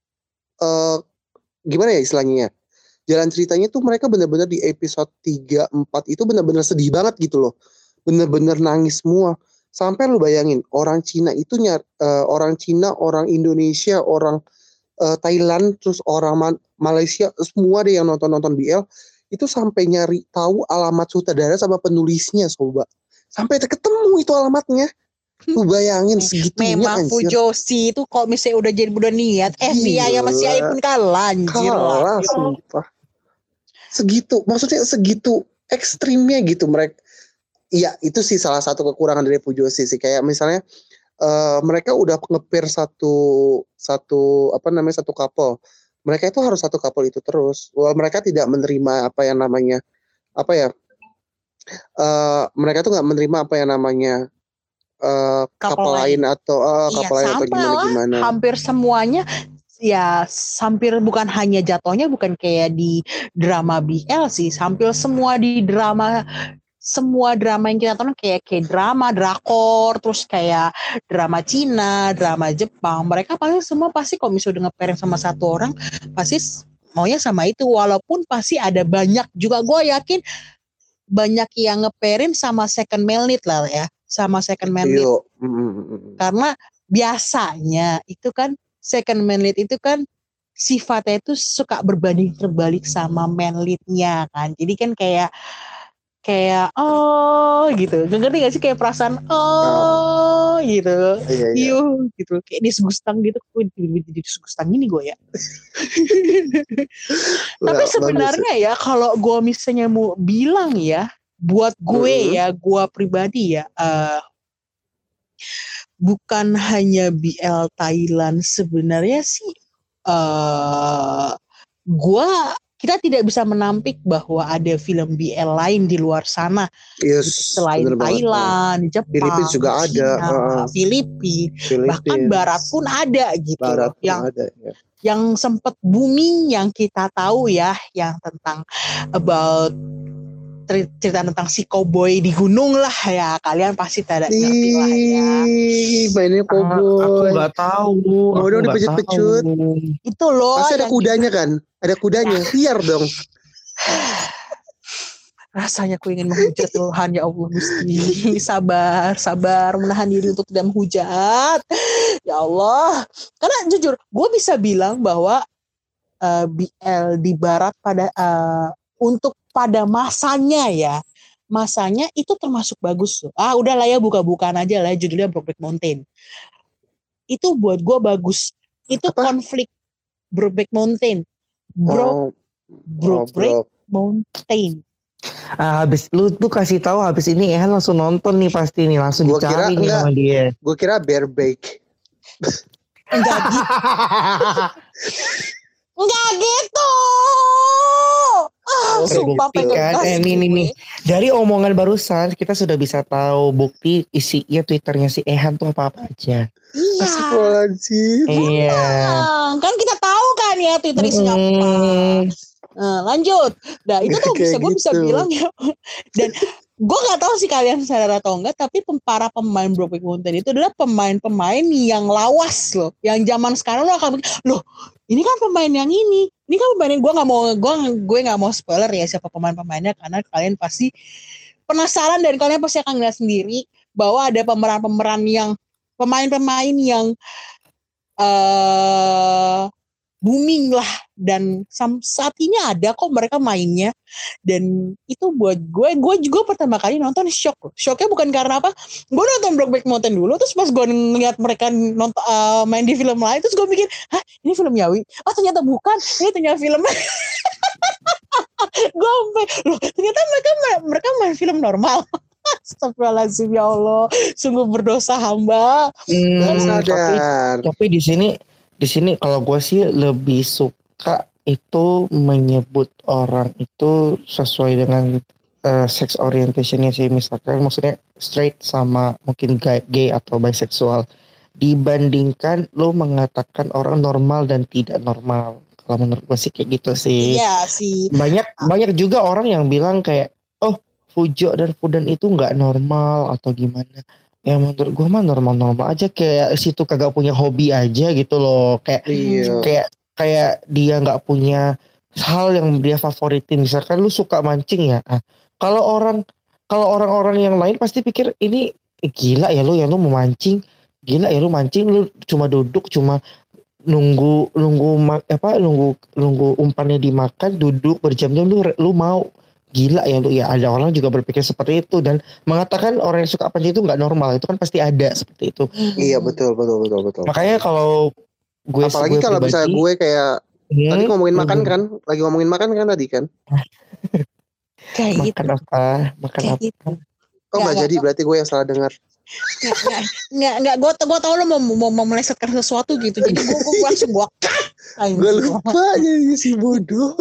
uh, gimana ya istilahnya, jalan ceritanya tuh mereka benar-benar di episode tiga empat itu benar-benar sedih banget gitu loh, benar-benar nangis semua. Sampai lu bayangin orang Cina itu nyar, uh, orang Cina, orang Indonesia, orang Uh, Thailand, terus orang Man- Malaysia, semua deh yang nonton-nonton B L itu sampai nyari tahu alamat sutradara sama penulisnya, coba sampai ketemu itu alamatnya. Lu bayangin segitunya. Memang Fujoshi itu kalau misalnya udah jadi udah niat F B I sama C I A pun kalah anjir kalah sumpah. Segitu, maksudnya segitu ekstrimnya gitu mereka. Iya, itu sih salah satu kekurangan dari Fujoshi sih, kayak misalnya Uh, mereka udah nge-pair satu satu apa namanya satu couple. Mereka itu harus satu couple itu terus. Well, mereka tidak menerima apa yang namanya apa ya? Uh, mereka tuh nggak menerima apa yang namanya uh, couple, couple lain atau uh, iya, couple lain atau gimana gimana. Hampir semuanya ya, hampir bukan hanya jatuhnya bukan kayak di drama B L sih, hampir semua di drama semua drama yang kita tonton kayak kayak drama drakor, terus kayak drama Cina, drama Jepang, mereka paling semua pasti kalau misalnya nge-pairing sama satu orang pasti maunya sama itu, walaupun pasti ada banyak juga, gue yakin banyak yang nge-pairing sama second male lead lah ya, sama second male lead. Mm-hmm. Karena biasanya itu kan second male lead itu kan sifatnya itu suka berbanding terbalik sama main lead-nya kan, jadi kan kayak kayak oh gitu, ngerti gak sih kayak perasaan oh gitu, Iya, iya. Yuh, gitu kayak disgusting gitu, kok jadi disgusting ini gue ya. Tapi Wah, sebenarnya ya kalau gue misalnya mau bilang ya, buat gue Mm-mm. ya, gue pribadi ya, uh, bukan hanya B L Thailand sebenarnya sih, uh, gue kita tidak bisa menampik bahwa ada film B L lain di luar sana Yes, gitu, selain bener banget. Thailand, Jepang, Philippines juga ada, Cina, uh, Filipina, bahkan Philippines, Barat pun ada gitu Barat loh. pun Yang ada. Ya. yang sempat booming yang kita tahu ya, yang tentang about cerita tentang si cowboy di gunung lah ya, kalian pasti tidak ngerti lah ya. Ih, mainnya Ah, aku cowboy. nggak tahu. Mau Aku dong nggak dipecut-pecut. tahu. Itu loh. Pasti ada yang kudanya kan? Ada kudanya. Biar dong. Rasanya aku ingin menghujat Tuhan, ya Allah Gusti. Sabar, sabar, menahan diri untuk tidak menghujat. Ya Allah. Karena jujur, gue bisa bilang bahwa uh, B L di Barat pada uh, untuk pada masanya ya, masanya itu termasuk bagus. Ah, udah lah ya, buka-bukaan aja lah, judulnya Brokeback Mountain. Itu buat gue bagus. Itu Apa? konflik Brokeback Mountain. Bro, Oh, Brokeback oh, Mountain. Ah, habis lu tuh kasih tahu habis ini Ehan langsung nonton nih pasti nih, langsung Gua dicari kira nih enggak. sama dia. Gue kira bareback. Enggak gitu. Enggak gitu. Ah, sumpah pengen Terbuktikan, eh nih nih nih. Dari omongan barusan kita sudah bisa tahu bukti isinya Twitternya si Ehan tuh apa-apa aja. Iya. Astagfirullahaladzim. Iya. Kan kita tahu kan ya Twitter isinya apa. Nah, lanjut. Nah itu tuh bisa gue gitu. Bisa bilang ya. Dan gue nggak tahu sih kalian sadar atau enggak, tapi para pemain Brokeback Mountain itu adalah pemain-pemain yang lawas loh. Yang zaman sekarang lo akan loh, ini kan pemain yang ini, ini kan pemain yang gue nggak mau gue gue nggak mau spoiler ya siapa pemain-pemainnya, karena kalian pasti penasaran dan kalian pasti akan lihat sendiri bahwa ada pemeran-pemeran yang pemain-pemain yang uh, booming lah, dan saat ini ada kok mereka mainnya. Dan itu buat gue gue juga pertama kali nonton shock loh. Shocknya bukan karena apa, gue nonton Brokeback Mountain dulu, terus pas gue ngeliat mereka nonton uh, main di film lain, terus gue mikir hah ini film Yawi, oh ternyata bukan, ini ternyata film gue sampai loh ternyata mereka mereka main film normal. Astagfirullahaladzim, ya Allah, sungguh berdosa hamba. Hmm, tapi, tapi di sini di sini kalau gue sih lebih suka itu menyebut orang itu sesuai dengan uh, sex orientationnya sih, misalkan maksudnya straight sama mungkin gay, gay atau bisexual, dibandingkan lo mengatakan orang normal dan tidak normal. Kalau menurut gue sih kayak gitu sih. Iya sih. Banyak banyak juga orang yang bilang kayak oh Fujo dan Fudan itu nggak normal atau gimana. Ya menurut gue mah normal-normal aja, kayak situ kagak punya hobi aja gitu loh, kayak iya. kayak kayak dia nggak punya hal yang dia favoritin. Misalkan lu suka mancing ya, nah, kalau orang kalau orang-orang yang lain pasti pikir ini eh, gila ya lu ya lu mau mancing, gila ya lu mancing, lu cuma duduk cuma nunggu nunggu apa nunggu nunggu umpannya dimakan, duduk berjam-jam, lu lu mau gila ya lu ya. Ada orang juga berpikir seperti itu dan mengatakan orang yang suka pancing itu nggak normal, itu kan pasti ada seperti itu. Iya betul betul betul betul. Makanya kalau gue apalagi kalau misalnya gue kayak hmm, tadi ngomongin hmm, makan kan, lagi ngomongin makan kan tadi kan. Kayak makan gitu. apa? Makan kayak apa? Gitu. Oh nggak jadi, berarti gue yang salah dengar. Nggak nggak nggak gue gue tau lo mau mau, mau melesetkan sesuatu gitu, jadi gue gue langsung gue gue lupa jadi si bodoh.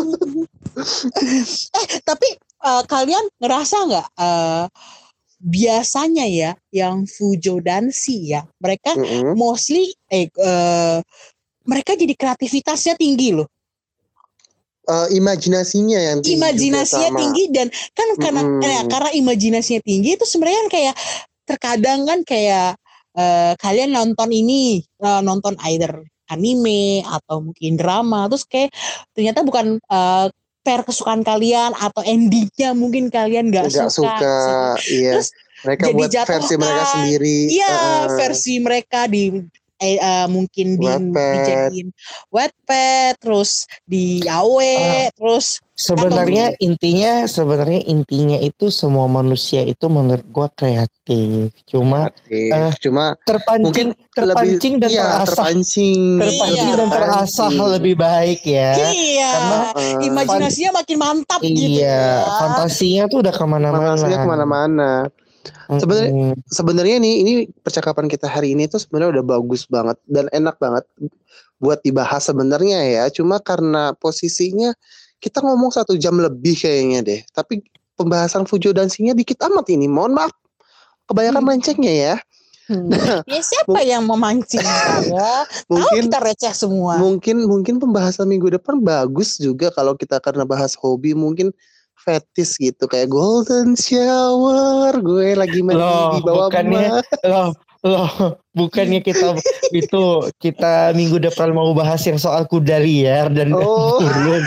eh tapi uh, kalian ngerasa nggak uh, biasanya ya yang Fujo Dansi ya mereka mm-hmm. mostly eh uh, mereka jadi kreativitasnya tinggi loh. Uh, imajinasinya yang tinggi. Imajinasinya tinggi dan kan karena mm-hmm. eh, karena imajinasinya tinggi itu sebenarnya kan kayak terkadang kan kayak uh, kalian nonton ini uh, nonton either anime atau mungkin drama, terus kayak ternyata bukan uh, fair kesukaan kalian atau endingnya mungkin kalian nggak suka, suka iya. Terus mereka jadi buat jatuhkan, versi mereka sendiri. Iya uh, versi mereka di eh, uh, mungkin di, dijadiin Wattpad, terus di A W, uh. terus Sebenarnya intinya sebenarnya intinya itu semua manusia itu menurut gua kreatif. Cuma Kreatif. eh, Cuma terpancing mungkin terpancing lebih dan iya, terasah terpancing, terpancing Iya. dan terasah terpancing. lebih baik ya. Iya, Karena Eh, imajinasinya makin mantap gitu iya, ya. fantasinya tuh udah kemana-mana. fantasinya kemana-mana. Sebenarnya Mm-mm. sebenarnya nih ini percakapan kita hari ini tuh sebenarnya udah bagus banget dan enak banget buat dibahas sebenarnya ya. Cuma karena posisinya kita ngomong satu jam lebih kayaknya deh. Tapi pembahasan Fujo Dansinya dikit amat ini. Mohon maaf, kebanyakan Hmm. melencengnya ya. Hmm. Ya siapa yang memancing ya? Tahu Mungkin kita receh semua. mungkin mungkin pembahasan minggu depan bagus juga kalau kita karena bahas hobi mungkin fetis gitu kayak golden shower, gue lagi mandi Loh, di bawah bukannya emak. loh, loh, bukannya kita itu kita minggu depan mau bahas yang soal kuda liar dan Oh. burung.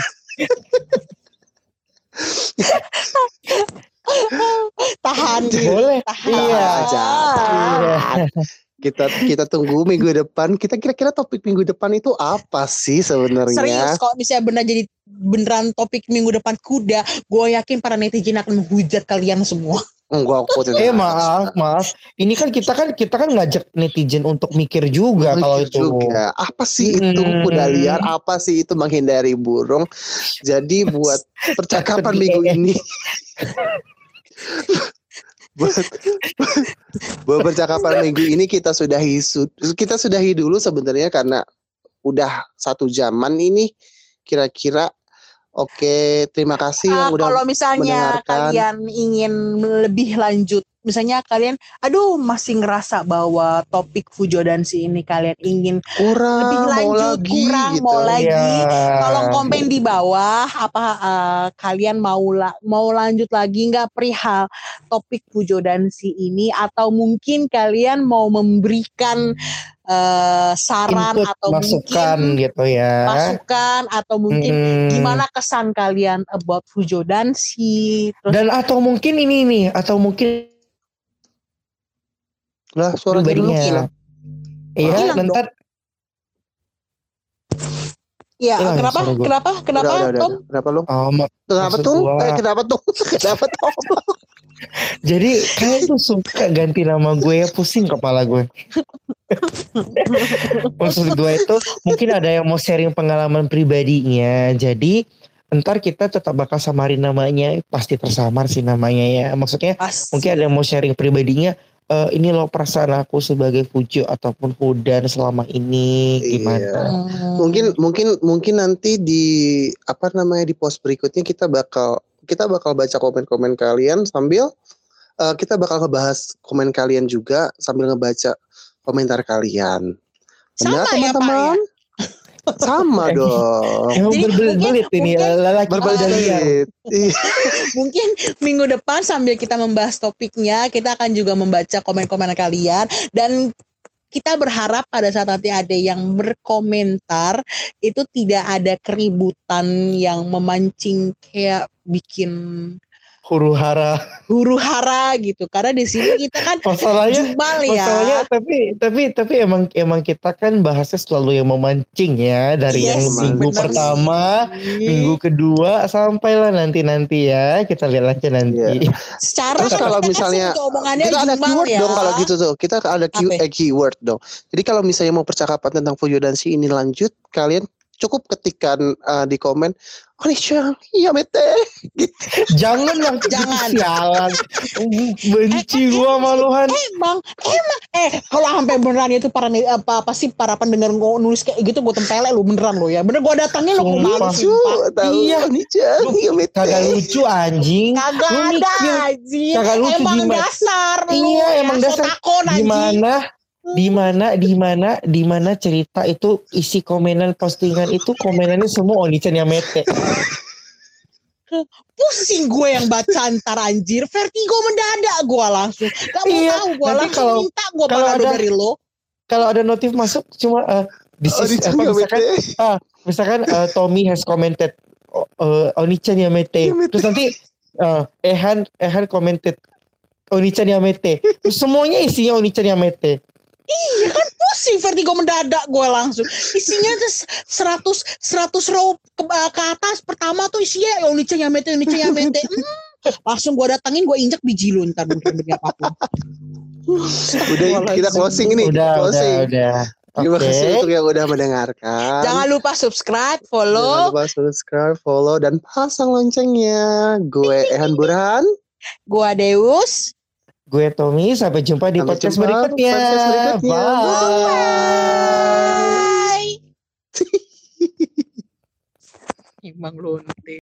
Tahan gitu. Boleh. Tahan. Iya. aja. Iya. Kita kita tunggu minggu depan. Kita kira-kira topik minggu depan itu apa sih sebenarnya? Serius kalau misalnya benar jadi beneran topik minggu depan kuda, gue yakin para netizen akan menghujat kalian semua. Enggak aku tidak. Eh maaf, maaf. Ini kan kita kan kita kan ngajak netizen untuk mikir juga Mikir kalau itu. juga. Apa sih Hmm. itu kuda liar? Apa sih itu menghindari burung? Jadi buat percakapan minggu ini buat, buat percakapan minggu ini kita sudahi kita sudahi dulu sebenarnya karena udah satu jaman ini kira-kira. Oke, terima kasih yang Ah, udah kalau misalnya mendengarkan. kalian ingin lebih lanjut, misalnya kalian, aduh masih ngerasa bahwa topik Fujo Dansi ini kalian ingin kurang lebih mau lanjut, lagi kurang gitu. mau lagi, Iya. tolong komen di bawah apa eh, kalian mau la- mau lanjut lagi nggak perihal topik Fujo Dansi ini, atau mungkin kalian mau memberikan eh, saran Input, atau masukan mungkin gitu ya. masukan atau mungkin Hmm. gimana kesan kalian about Fujo Dansi, terus Dan atau mungkin ini nih, atau mungkin Lah suara dulu pribadinya. hilang. Iya, Hilang dan dong. ntar ya hilang kenapa suara gua. kenapa kenapa Udah, udah, udah, Tom? udah. Kenapa lu? Oh, mak- Kenapa maksud tuh? gua- Eh, kenapa tuh? Kenapa tuh? Jadi kalian tuh suka ganti nama gue ya, pusing kepala gue. Maksud gue itu mungkin ada yang mau sharing pengalaman pribadinya. Jadi ntar kita tetap bakal samarin namanya, pasti tersamar sih namanya ya. Maksudnya Pas. mungkin ada yang mau sharing pribadinya. "Eh, ini loh perasaan aku sebagai Fujo ataupun Hudan selama ini gimana?" Hmm. Mungkin mungkin mungkin nanti di apa namanya di post berikutnya kita bakal kita bakal baca komen-komen kalian sambil uh, kita bakal ngebahas komen kalian juga sambil ngebaca komentar kalian. Benar Sama ya, Pak, teman-teman? Sama dong. Emang Jadi berbelit-belit mungkin- ini mungkin- lelaki Berbelit. kuda liar. Iya. Mungkin minggu depan sambil kita membahas topiknya, kita akan juga membaca komen-komen kalian, dan kita berharap pada saat nanti ada yang berkomentar itu tidak ada keributan yang memancing kayak bikin Huru hara. huru hara gitu, karena di sini kita kan Masalahnya jumal Masalahnya ya. tapi tapi tapi emang emang kita kan bahasnya selalu yang memancing ya dari Yes, yang minggu bener pertama, sih. minggu kedua sampailah nanti-nanti ya, kita lihat aja nanti. Secara Terus kalau misalnya kita sih omongannya kita ada jumal keyword ya. dong kalau gitu tuh. Kita ada key- Apa? eh, keyword dong. Jadi kalau misalnya mau percakapan tentang Fujo Dansi ini lanjut, kalian cukup ketikkan uh, di komen, "Oh nih iya mete." Jangan yang Jangan. sialan. Benci Eh, eh, gua maluhan. Emang, emang, eh kalau sampai beneran itu para ni- apa apa sih para pendengar ngo- nulis kayak gitu, gue tempelek lu beneran lo ya. Bener gue datangnya lo ke rumah lu, Sumpah. Lucu, sumpah. tahu Iya. nih Cang, iya mete. Kagak lucu anjing. Kagak Lu ada mikir, anjing. kagak lucu Emang gimana? dasar lu Iya, ya, emang dasar. sotakon, anjing. Gimana di mana di mana di mana cerita itu isi komenan postingan itu komenannya semua Onichan yang mete. Pusing gue yang baca antar anjir. Vertigo mendadak gue langsung. Gak mau Iya, tahu gue nanti langsung kalau- minta gue kalau panado ada- dari lo. Kalau ada notif masuk cuma uh, this Oh, is, Onichan apa, yang misalkan mete. ah, misalkan uh, Tommy has commented uh, uh, Onichan yang mete. Yang mete. Terus nanti uh, Ehan Ehan commented Onichan yang mete. Terus semuanya isinya Onichan yang mete. Iya kan pusing, vertigo mendadak gue langsung. Isinya tuh seratus seratus row ke, ke atas. Pertama tuh isinya Onice Yamete Onice Yamete. Hmm, langsung gue datangin, gue injek biji lu ntar bener-bener apapun. Udah kita closing ini, Udah, closing. udah, udah. Terima Oke. kasih untuk yang udah mendengarkan. Jangan lupa subscribe, Jangan follow. lupa subscribe, follow, dan pasang loncengnya. Gue Ehan Burhan. Gue Deus. Gue Tommy, sampai jumpa di Sampai podcast jumpa berikutnya. podcast berikutnya. Bye. Bye. Emang lonte.